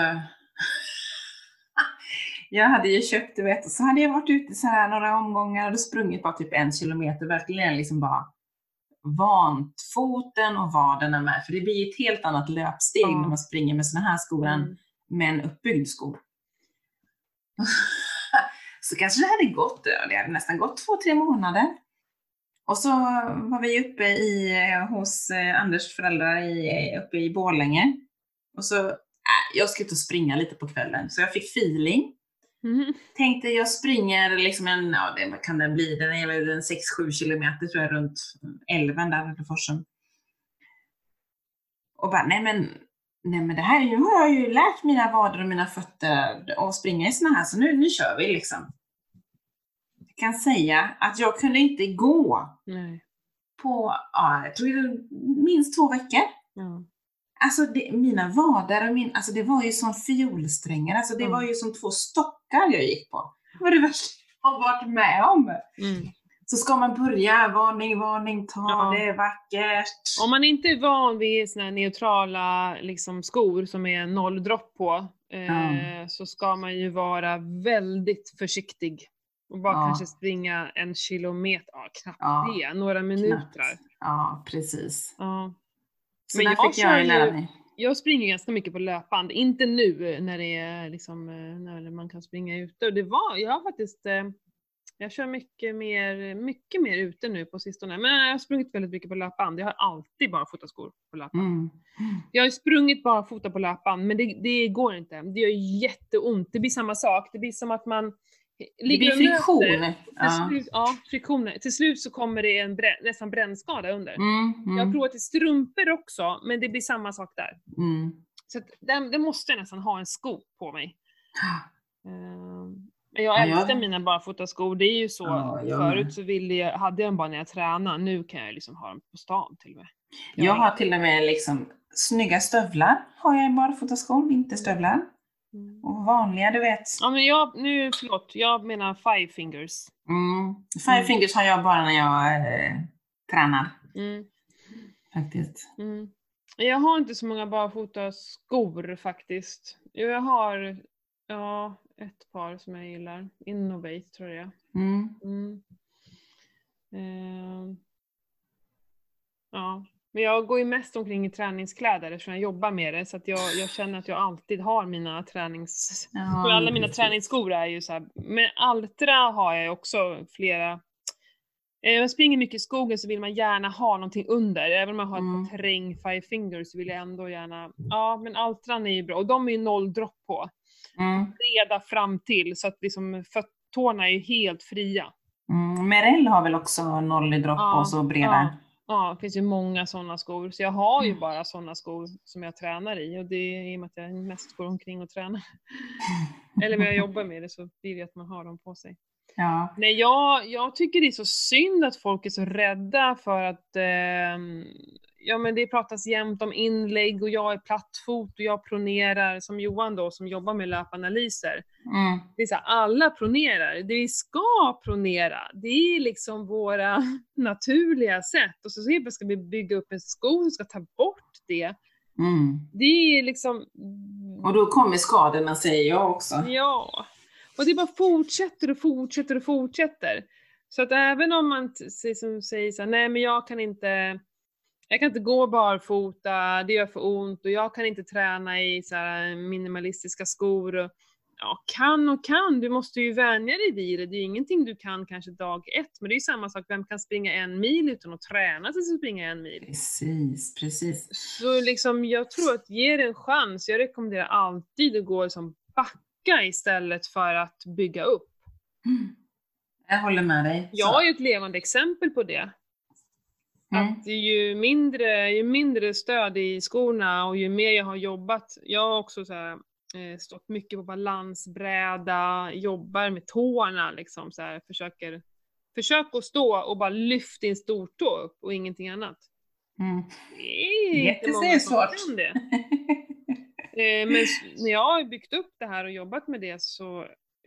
jag hade ju köpt, du vet, så hade jag varit ute så här några omgångar och sprungit bara typ 1 kilometer, verkligen liksom bara vant foten och vaderna med, för det blir ett helt annat löpsteg när man springer med såna här skor än med en uppbyggd skor. Så kanske det hade gått, det hade nästan gått 2-3 månader. Och så var vi uppe hos Anders föräldrar uppe i Borlänge. Och så, jag ska ut och springa lite på kvällen. Så jag fick feeling. Tänkte jag springer liksom vad kan den bli? Den är väl 6-7 kilometer tror jag, runt älven där i forsen. Och bara, nej men det här, nu har jag ju lärt mina vader och mina fötter att springa i såna här, så nu kör vi liksom. Jag kan säga att jag kunde inte gå på, jag tror det minst 2 veckor. Alltså mina vader och alltså det var ju som fiolsträngar, alltså det var ju som 2 stockar jag gick på. Det var det värsta jag har varit med om. Så ska man börja, varning, det vackert. Om man inte är van vid såna här neutrala liksom, skor som är 0 dropp på, så ska man ju vara väldigt försiktig. Och bara kanske springa 1 kilometer, knappt det, några minuter. Ja, precis. Ja. Så men jag fick jag lära mig. Jag springer ganska mycket på löpband, inte nu när det är liksom, när man kan springa ute. Och jag har faktiskt, jag kör mycket mer ute nu på sistone. Men jag har sprungit väldigt mycket på löpband. Jag har alltid bara fotaskor på löpband. Jag har sprungit bara fota på löpband, men det går inte. Det gör jätteont. Det blir samma sak. Det blir som att man det blir friktion. Friktioner. Till slut så kommer det nästan brännskada under. Jag har provat i strumpor också, men det blir samma sak där. Så att det måste jag nästan ha en sko på mig. Men jag älskar mina barfotaskor. Det är ju så. Förut så hade jag dem bara när jag tränade. Nu kan jag liksom ha dem på stan till och med. Jag har till och med liksom snygga stövlar. Har jag barfotaskor, vinterstövlar. Och vanliga, du vet. Ja, men jag menar 5 fingers. 5 fingers har jag bara när jag tränar. Faktiskt. Jag har inte så många barfotaskor faktiskt. Jag har ett par som jag gillar. Innovate tror jag. Ja. Men jag går ju mest omkring i träningskläder eftersom jag jobbar med det. Så att jag känner att jag alltid har mina alla mina träningsskor är ju så här. Men Altra har jag också flera. Jag springer mycket i skogen så vill man gärna ha någonting under. Även om man har ett par terräng 5 fingers så vill jag ändå gärna. Ja, men Altran är ju bra. Och de är ju 0 dropp på. Breda fram till så att liksom tårna är ju helt fria. Merrell har väl också 0 i dropp och så breda. Ja, det finns ju många sådana skor. Så jag har ju bara sådana skor som jag tränar i. Och det är i och med att jag mest går omkring och tränar. Eller när jag jobbar med det så blir det att man har dem på sig. Ja. Nej, jag tycker det är så synd att folk är så rädda för att men det pratas jämt om inlägg och jag är plattfot och jag pronerar som Johan då som jobbar med löpanalyser. Det är så här, alla pronerar. Det vi ska pronera, det är liksom våra naturliga sätt. Och så ska vi bygga upp en sko som ska ta bort det. Det är liksom... Och då kommer skadorna, säger jag också. Ja. Och det bara fortsätter. Så att även om man säger så här, nej men jag kan inte gå barfota, det gör för ont och jag kan inte träna i så här minimalistiska skor. Och, kan, du måste ju vänja dig vid det. Det är ingenting du kan kanske dag 1, men det är ju samma sak, vem kan springa 1 mil utan att träna sig att springa 1 mil? Precis. Så liksom, jag tror att ge det en chans. Jag rekommenderar alltid att gå som backa istället för att bygga upp. Jag håller med dig. Jag är ju ett levande exempel på det. Att ju mindre stöd i skorna och ju mer jag har jobbat. Jag har också så här, stått mycket på balansbräda, jobbar med tårna liksom så här, försök att stå och bara lyft din stortå upp och ingenting annat. Det är jättesvårt. Det. Men när jag har byggt upp det här och jobbat med det så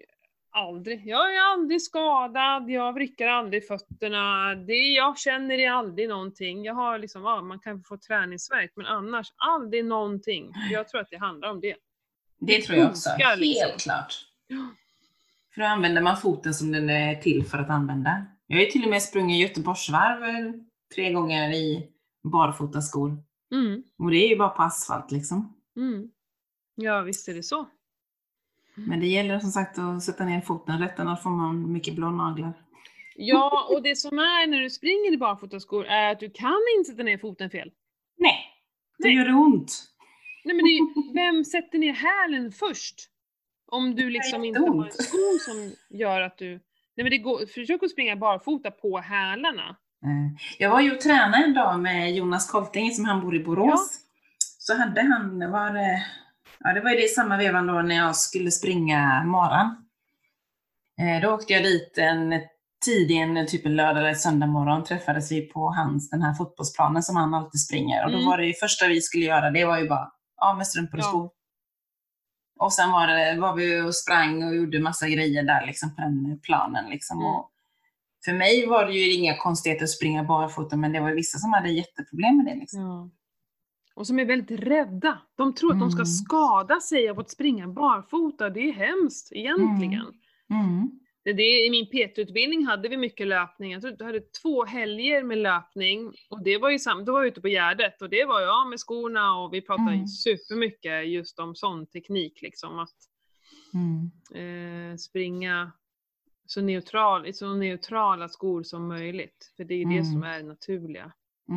jag är aldrig skadad, jag vrickar aldrig fötterna, jag känner det aldrig någonting. Jag har liksom, man kan få träningsvärk, men annars aldrig någonting. Jag tror att det handlar om det. Det tror jag också, helt klart. För då använder man foten som den är till för att använda. Jag har ju till och med sprungit Göteborgsvarv 3 gånger i barfotaskor. Och det är ju bara på asfalt liksom. Ja, visst är det så. Men det gäller som sagt att sätta ner foten rätt, annars får man mycket blå naglar. Ja, och det som är när du springer i barfotaskor är att du kan inte sätta ner foten fel. Nej, det gör det ont. Nej, men vem sätter ner hälen först? Om du liksom inte har en sko som gör att du... Nej, men försök att springa barfota på hälarna. Jag var ju och tränade en dag med Jonas Kolting som han bor i Borås. Ja. Så hade han, det var ju det i samma vevan då när jag skulle springa maran. Då åkte jag dit typ en lördag eller söndag morgon, träffades vi på den här fotbollsplanen som han alltid springer. Och då var det första vi skulle göra, det var ju bara med strumpor och skor. Och sen var vi och sprang och gjorde massa grejer där liksom på den planen liksom. Och för mig var det ju inga konstigheter att springa barfota, men det var vissa som hade jätteproblem med det liksom. Ja. Och som är väldigt rädda. De tror att de ska skada sig av att springa barfota. Det är hemskt egentligen. I min PT-utbildning hade vi mycket löpning. Jag tror jag hade 2 helger med löpning. Och det var ju då var jag ute på Gärdet. Och det var jag med skorna. Och vi pratade supermycket just om sån teknik. Liksom, att springa så neutrala skor som möjligt. För det är ju det som är naturliga.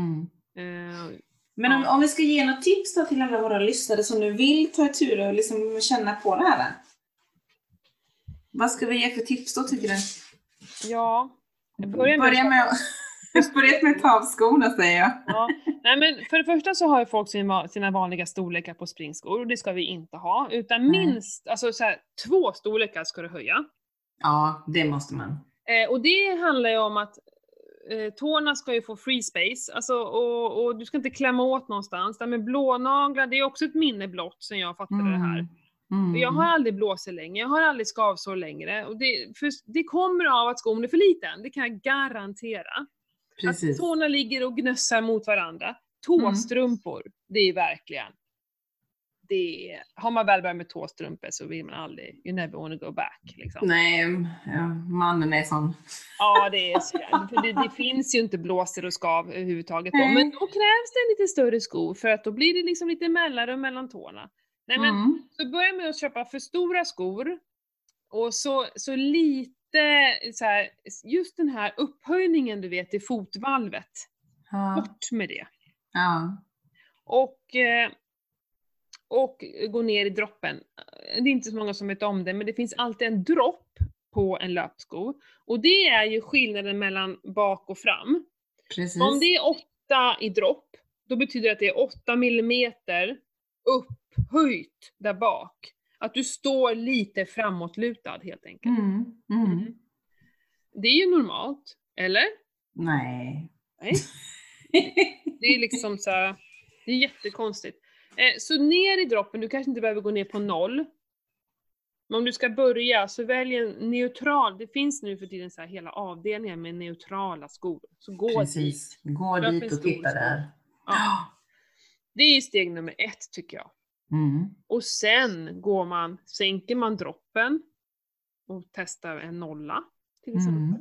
Men om vi ska ge något tips då till alla våra lyssnare som nu vill ta ett tur och liksom känna på det här. Vad ska vi ge för tips då, tycker du? Ja, börja med att ta av skorna, säger jag. Ja. Nej, men för det första så har ju folk sina vanliga storlekar på springskor, och det ska vi inte ha. Utan minst, alltså 2 storlekar ska du höja. Ja, det måste man. Och det handlar ju om att tårna ska ju få free space, alltså, och du ska inte klämma åt någonstans. Där med blånaglar, det är också ett minne blott sen jag fattade det här. Jag har aldrig blåsor längre, jag har aldrig skavsår längre. Och det kommer av att skon är för liten, det kan jag garantera. Precis. Att tårna ligger och gnössar mot varandra. Tåstrumpor, det är verkligen. Har man väl börjat med tåstrumpor så vill man aldrig, you never want to go back. Liksom. Nej, mannen är sån. Ja, det är så. Det finns ju inte blåsor och skav överhuvudtaget då. Men då krävs det en lite större sko, för att då blir det liksom lite mellanrum mellan tårna. Nej, men så börja med att köpa för stora skor. Och så lite så här, just den här upphöjningen du vet i fotvalvet. Bort med det. Ja. Och gå ner i droppen. Det är inte så många som vet om det, men det finns alltid en dropp på en löpsko. Och det är ju skillnaden mellan bak och fram. Precis. Om det är 8 i dropp, då betyder det att det är 8 millimeter upphöjt där bak. Att du står lite framåtlutad helt enkelt. Det är ju normalt, eller? Nej. Det är liksom så här, det är jättekonstigt. Så ner i droppen, du kanske inte behöver gå ner på 0. Men om du ska börja så välj en neutral. Det finns nu för tiden så här hela avdelningar med neutrala skor. Så gå Precis. Gå dit och titta där. Ja. Det är steg nummer 1 tycker jag. Och sen sänker man droppen och testar en 0 till exempel.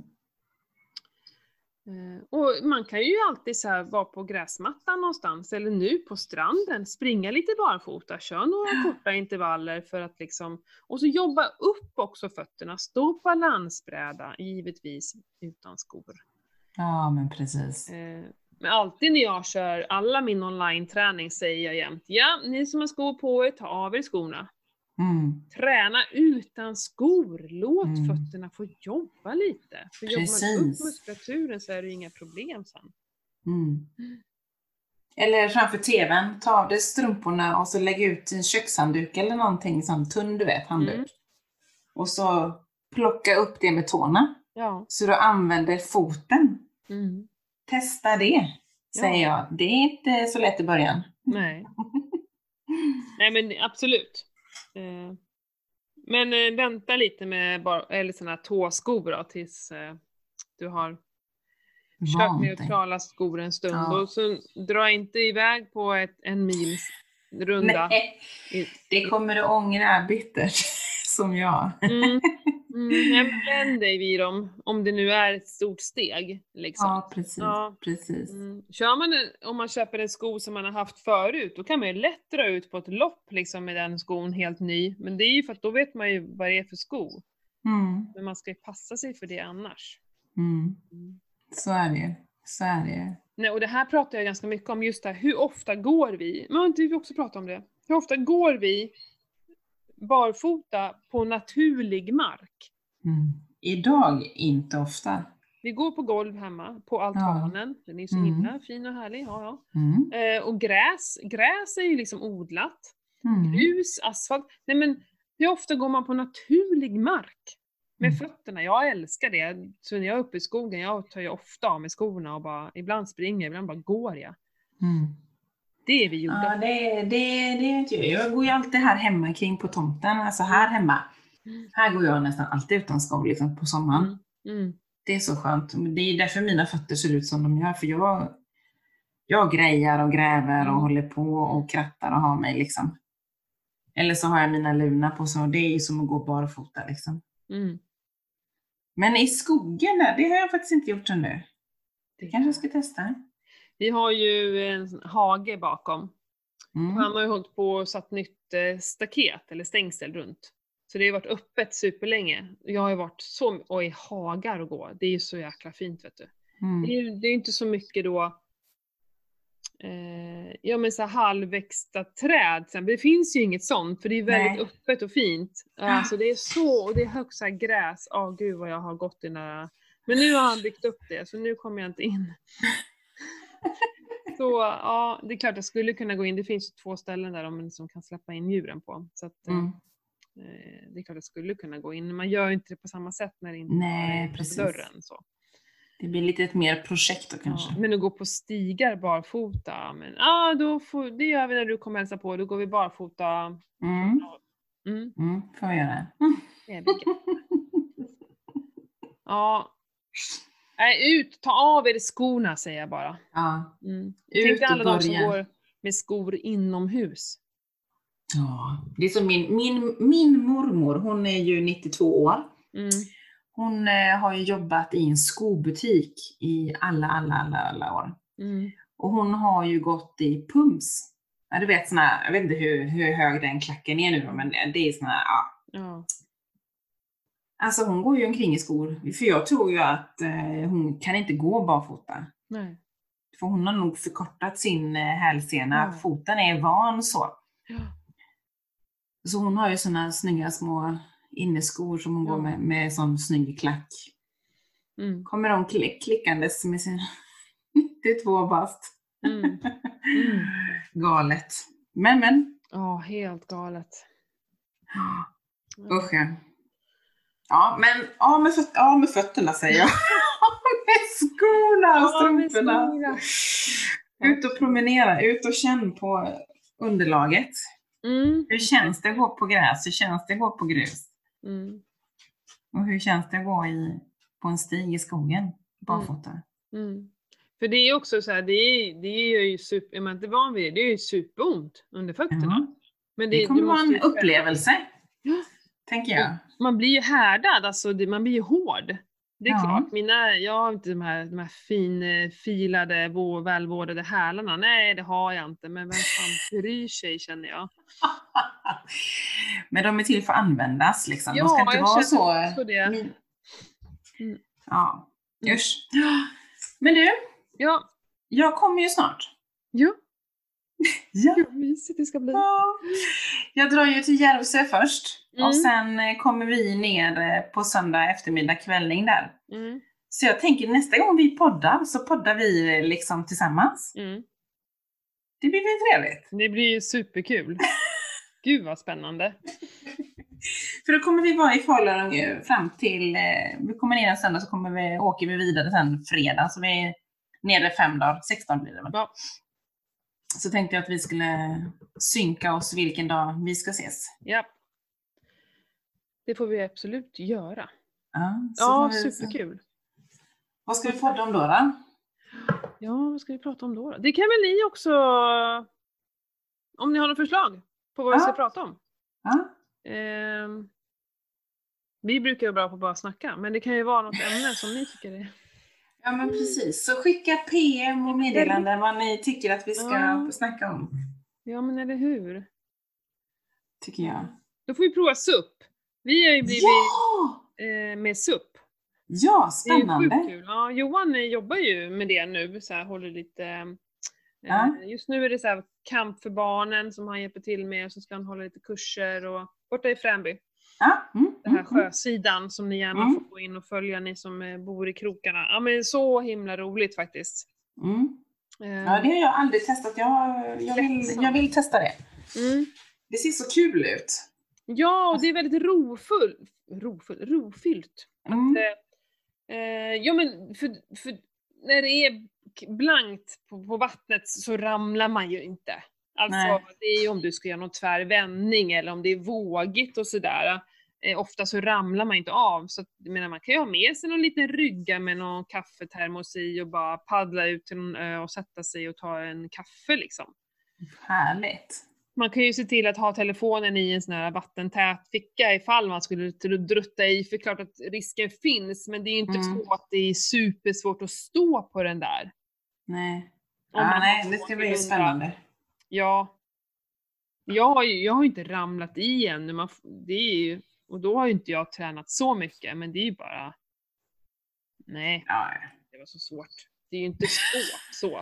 Och man kan ju alltid så här vara på gräsmattan någonstans eller nu på stranden, springa lite barfota, köra några korta intervaller för att liksom, och så jobba upp också fötterna, stå på balansbräda, givetvis utan skor. Ja, men precis. Men alltid när jag kör alla min online-träning säger jag jämt, ja, ni som har skor på er, ta av er skorna. Träna utan skor, låt fötterna få jobba lite. För jobbar man upp muskulaturen så är det inga problem sen. Eller framför tvn, ta av dig strumporna och så lägg ut en kökshandduk eller någonting sån tunn, du vet, handduk. Och så plocka upp det med tårna. Ja. Så du använder foten. Testa det, säger jag. Det är inte så lätt i början. Nej. Nej, men absolut. Men vänta lite med såna här tåskor då, tills du har kört neutrala skor en stund. Ja. Och så dra inte iväg på en mils runda. Nej, det kommer du ångra bittert, som jag. Vänd dig vid dem, om det nu är ett stort steg. Liksom. Ja, precis. Ja. Precis. Om man köper en sko som man har haft förut, då kan man ju lätt dra ut på ett lopp liksom, med den skon helt ny. Men det är ju för att då vet man ju vad det är för sko. Men man ska ju passa sig för det annars. Så är det. Nej, och det här pratar jag ganska mycket om, just det här, hur ofta går vi? Men har inte vi också pratat om det? Hur ofta går vi barfota på naturlig mark? Idag inte ofta. Vi går på golv hemma, på altanen. Ja. Den är så himla fin och härlig. Ja. Och gräs är ju liksom odlat. Grus, asfalt. Nej, men hur ofta går man på naturlig mark? Med fötterna. Jag älskar det. Så när jag är uppe i skogen, jag tar ju ofta av mig skorna och bara, ibland springer, ibland bara går jag. Det vi gjorde. Ja, det jag går ju alltid här hemma kring på tomten. Alltså här hemma. Här går jag nästan alltid utan skov liksom, på sommaren. Det är så skönt. Det är därför mina fötter ser ut som de gör. För jag grejar och gräver och håller på och krattar och har mig liksom. Eller så har jag mina luna på, så det är ju som att gå barfota liksom. Men i skogen där, det har jag faktiskt inte gjort ännu. Det kanske jag ska testa. Vi har ju en hage bakom. Han har ju hållit på och satt nytt staket eller stängsel runt. Så det har varit öppet superlänge. Jag har ju varit så i hagar och gå. Det är ju så jäkla fint, vet du. Det är ju inte så mycket då men så här halvväxta träd. Det finns ju inget sånt, för det är väldigt öppet och fint. Alltså det är så, och det är högst så här gräs. Gud vad jag har gått i nära. Men nu har han byggt upp det, så nu kommer jag inte in. Så ja, det är klart jag skulle kunna gå in. Det finns ju 2 ställen där man liksom kan släppa in djuren på. Så att det är klart jag skulle kunna gå in. Man gör ju inte det på samma sätt när det inte är på dörren. Så. Det blir lite ett mer projekt då kanske. Men att gå på stigar barfota. Men det gör vi när du kommer hälsa på. Då går vi barfota. Får jag göra. Ja. Ta av er skorna, säger jag bara. Ja. Tänk alla de som går med skor inomhus. Ja, det är som min mormor, hon är ju 92 år. Hon har ju jobbat i en skobutik i alla år. Och hon har ju gått i pumps. Ja, du vet såna, jag vet inte hur hög den klacken är nu, men det är såna, Alltså hon går ju omkring i skor. För jag tror ju att hon kan inte gå barfota. Nej. För hon har nog förkortat sin hälsena. Foten är van så. Ja. Så hon har ju såna snygga små inneskor som hon går med sån snygg klack. Kommer de klickandes med sin 92 bast. Galet. Men. Ja, helt galet. Usch ja. Ja, men med fötterna säger jag. Med skorna och strumporna. Ut och promenera, ut och känn på underlaget. Hur känns det att gå på gräs? Hur känns det att gå på grus? Och hur känns det att gå på en stig i skogen barfota? För det är också så här, det är ju super, man är inte van vid det. Det är ju superont under fötterna. Men det kommer vara en upplevelse. Tänker jag. Man blir ju härdad, alltså man blir ju hård. Det är klart, jag har inte de här finfilade, välvårdade hälarna. Nej, det har jag inte. Men vem fan bryr sig, känner jag. Men de är till för att användas liksom. Ja, de ska inte vara så. Det. Ja, just. Men du. Ja. Jag kommer ju snart. Ja. Ja. Hur mysigt det ska bli. Jag drar ju till Järvsö först. Och sen kommer vi ner på söndag eftermiddag kvällning där. Så jag tänker nästa gång vi poddar så poddar vi liksom tillsammans. Det blir väl trevligt. Det blir ju superkul. Gud vad spännande. För då kommer vi vara i Falun fram till, vi kommer ner en söndag så åker vi vidare sen fredag. Så vi är nere 5 dagar, 16 blir det väl. Ja. Så tänkte jag att vi skulle synka oss vilken dag vi ska ses. Ja. Det får vi absolut göra. Ja, superkul. Vad ska vi prata om då? Ja, vad ska vi prata om då? Det kan väl ni också, om ni har något förslag på vad vi ska prata om. Vi brukar ju bra på att bara snacka, men det kan ju vara något ämne som ni tycker är. Ja, men precis. Så skicka PM och meddelanden vad ni tycker att vi ska snacka om. Ja, men eller hur? Tycker jag. Då får vi prova SUP. Vi har ju blivit med SUP. Ja, spännande. Det är ju kul. Ja, Johan jobbar ju med det nu. Så här, håller lite... Just nu är det så här kamp för barnen som han hjälper till med. Och så ska han hålla lite kurser och borta i Fränby. Den här sjösidan som ni gärna får gå in och följa, ni som bor i krokarna. Ja, men så himla roligt faktiskt. Ja, det har jag aldrig testat. Jag vill testa det. Det ser så kul ut. Ja, och det är väldigt rofyllt. Ja, men för när det är blankt på vattnet så ramlar man ju inte. Alltså det är ju om du ska göra någon tvärvändning eller om det är vågigt och sådär. Ofta så ramlar man inte av. Så jag menar, man kan ju ha med sig någon liten rygga med någon kaffetermos i och bara paddla ut till någon ö och sätta sig och ta en kaffe liksom. Härligt. Man kan ju se till att ha telefonen i en sån här vattentät ficka ifall man skulle drutta i. För klart att risken finns, men det är ju inte så att det är supersvårt att stå på den där. Nej. Nej, det ska bli spännande. Ja. Jag har ju inte ramlat i ännu. Det är ju, och då har ju inte jag tränat så mycket, men det är ju bara... Nej, det var så svårt. Det är ju inte så.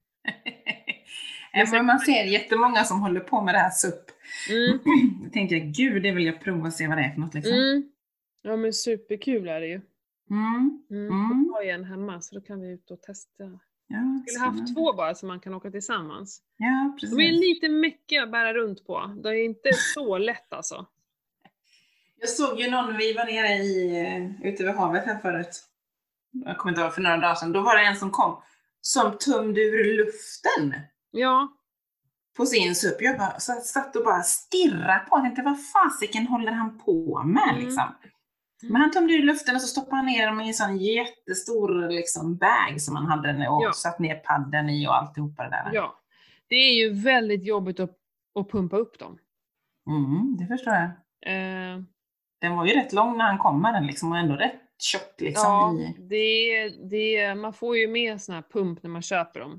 Men man ser jättemånga som håller på med det här SUP. Jag tänkte, gud, det vill jag prova och se vad det är för något liksom. Ja, men superkul är det ju. Jag har ju en hemma, så då kan vi ut och testa. Jag skulle haft 2 bara så man kan åka tillsammans. Ja, precis. De är lite mycket att bära runt på. Det är inte så lätt alltså. Jag såg ju någon, vi var nere ute vid havet här förut. Jag kommer inte ihåg, för några dagar sedan. Då var det en som kom som tömde ur luften. Ja. På sin SUP. Jag bara satt och bara stirrade på. Jag tänkte, vad fasiken håller han på med liksom? Men han tömde ur luften och så stoppade han ner dem i en sån jättestor liksom bag som han hade och satt ner padden i och alltihopa det där. Ja. Det är ju väldigt jobbigt att pumpa upp dem. Det förstår jag. Den var ju rätt lång när han kom med den liksom, och ändå rätt tjock liksom. Ja, man får ju med sån här pump när man köper dem.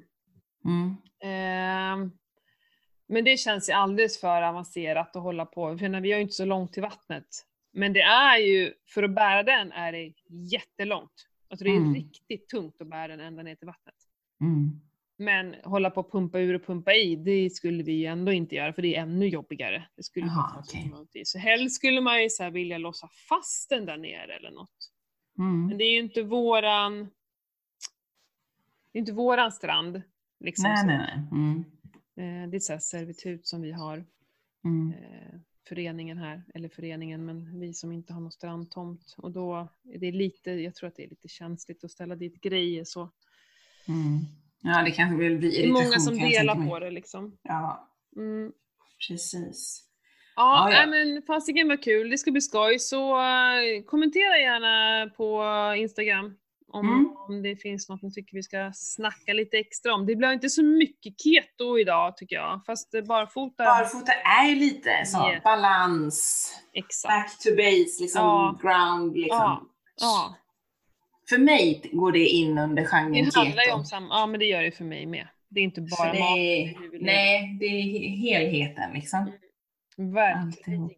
Men det känns ju alldeles för avancerat att hålla på. För vi har ju inte så långt till vattnet. Men det är ju, för att bära den är det jättelångt. Alltså det är riktigt tungt att bära den ända ner till vattnet. Men hålla på att pumpa ur och pumpa i, det skulle vi ju ändå inte göra. För det är ännu jobbigare. Det skulle så helst skulle man ju så här vilja låsa fast den där nere eller något. Men det är ju inte våran strand. Liksom nej. Det är så här servitut som vi har. Föreningen här, eller föreningen, men vi som inte har någon strandtomt. Och då är det lite, jag tror att det är lite känsligt att ställa dit grejer så. Ja, det kanske vill bli irritation. Det är många som delar på det liksom. Ja, precis. Ja, nej, men fasiken var kul, det ska bli skoj. Så kommentera gärna på Instagram om det finns något ni tycker vi ska snacka lite extra om. Det blir inte så mycket keto idag tycker jag. Fast barfota är ju lite så, balans. Exakt. Back to base, liksom ground liksom. Ja. För mig går det in under genren keto. Det handlar ju om men det gör det för mig med. Det är inte bara mat. Nej, det är helheten liksom. Verkligen.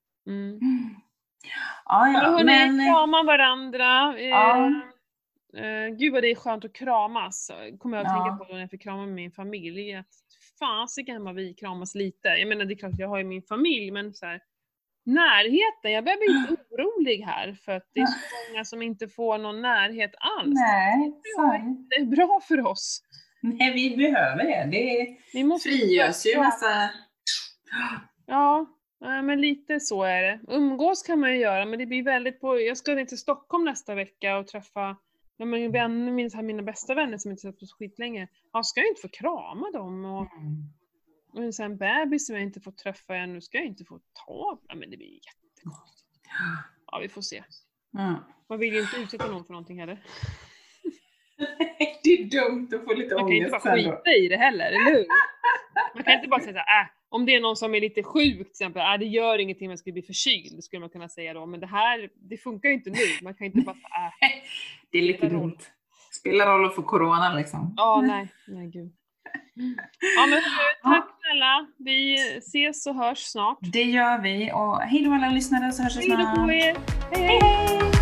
Men krama varandra. Gud vad det är skönt att kramas. Kommer jag att tänka på när jag fick krama med min familj. Att fasiken vad vi kramas lite. Jag menar det är klart jag har ju min familj, men så här, närheten, jag börjar bli lite orolig här. För att det är så många som inte får någon närhet alls. Nej, det är bra för oss. Nej, vi behöver det. Vi måste frigörs ju nästan. Ja, men lite så är det. Umgås kan man ju göra, men det blir väldigt jag ska ner till Stockholm nästa vecka och träffa mina bästa vänner som inte sett på så skitlänge. Jag ska ju inte få krama dem och sen bebis som jag inte får träffa än, nu ska jag inte få ta. Men det blir jättekonstigt. Ja, vi får se. Man vill ju inte utsätta någon för någonting heller. Det är dumt att få lite ångest. Man kan inte bara skita i det heller, eller hur? Man kan inte bara säga om det är någon som är lite sjuk till exempel, det gör ingenting, man skulle bli förkyld, skulle man kunna säga då. Men det funkar ju inte nu. Man kan inte bara det är lite dumt. Spelar roll att få corona liksom. Ja, nej gud. Ja, men tack snälla. Vi ses och hörs snart. Det gör vi. Och hej då alla lyssnare, så hörs vi snart. Hej då på er. Hej.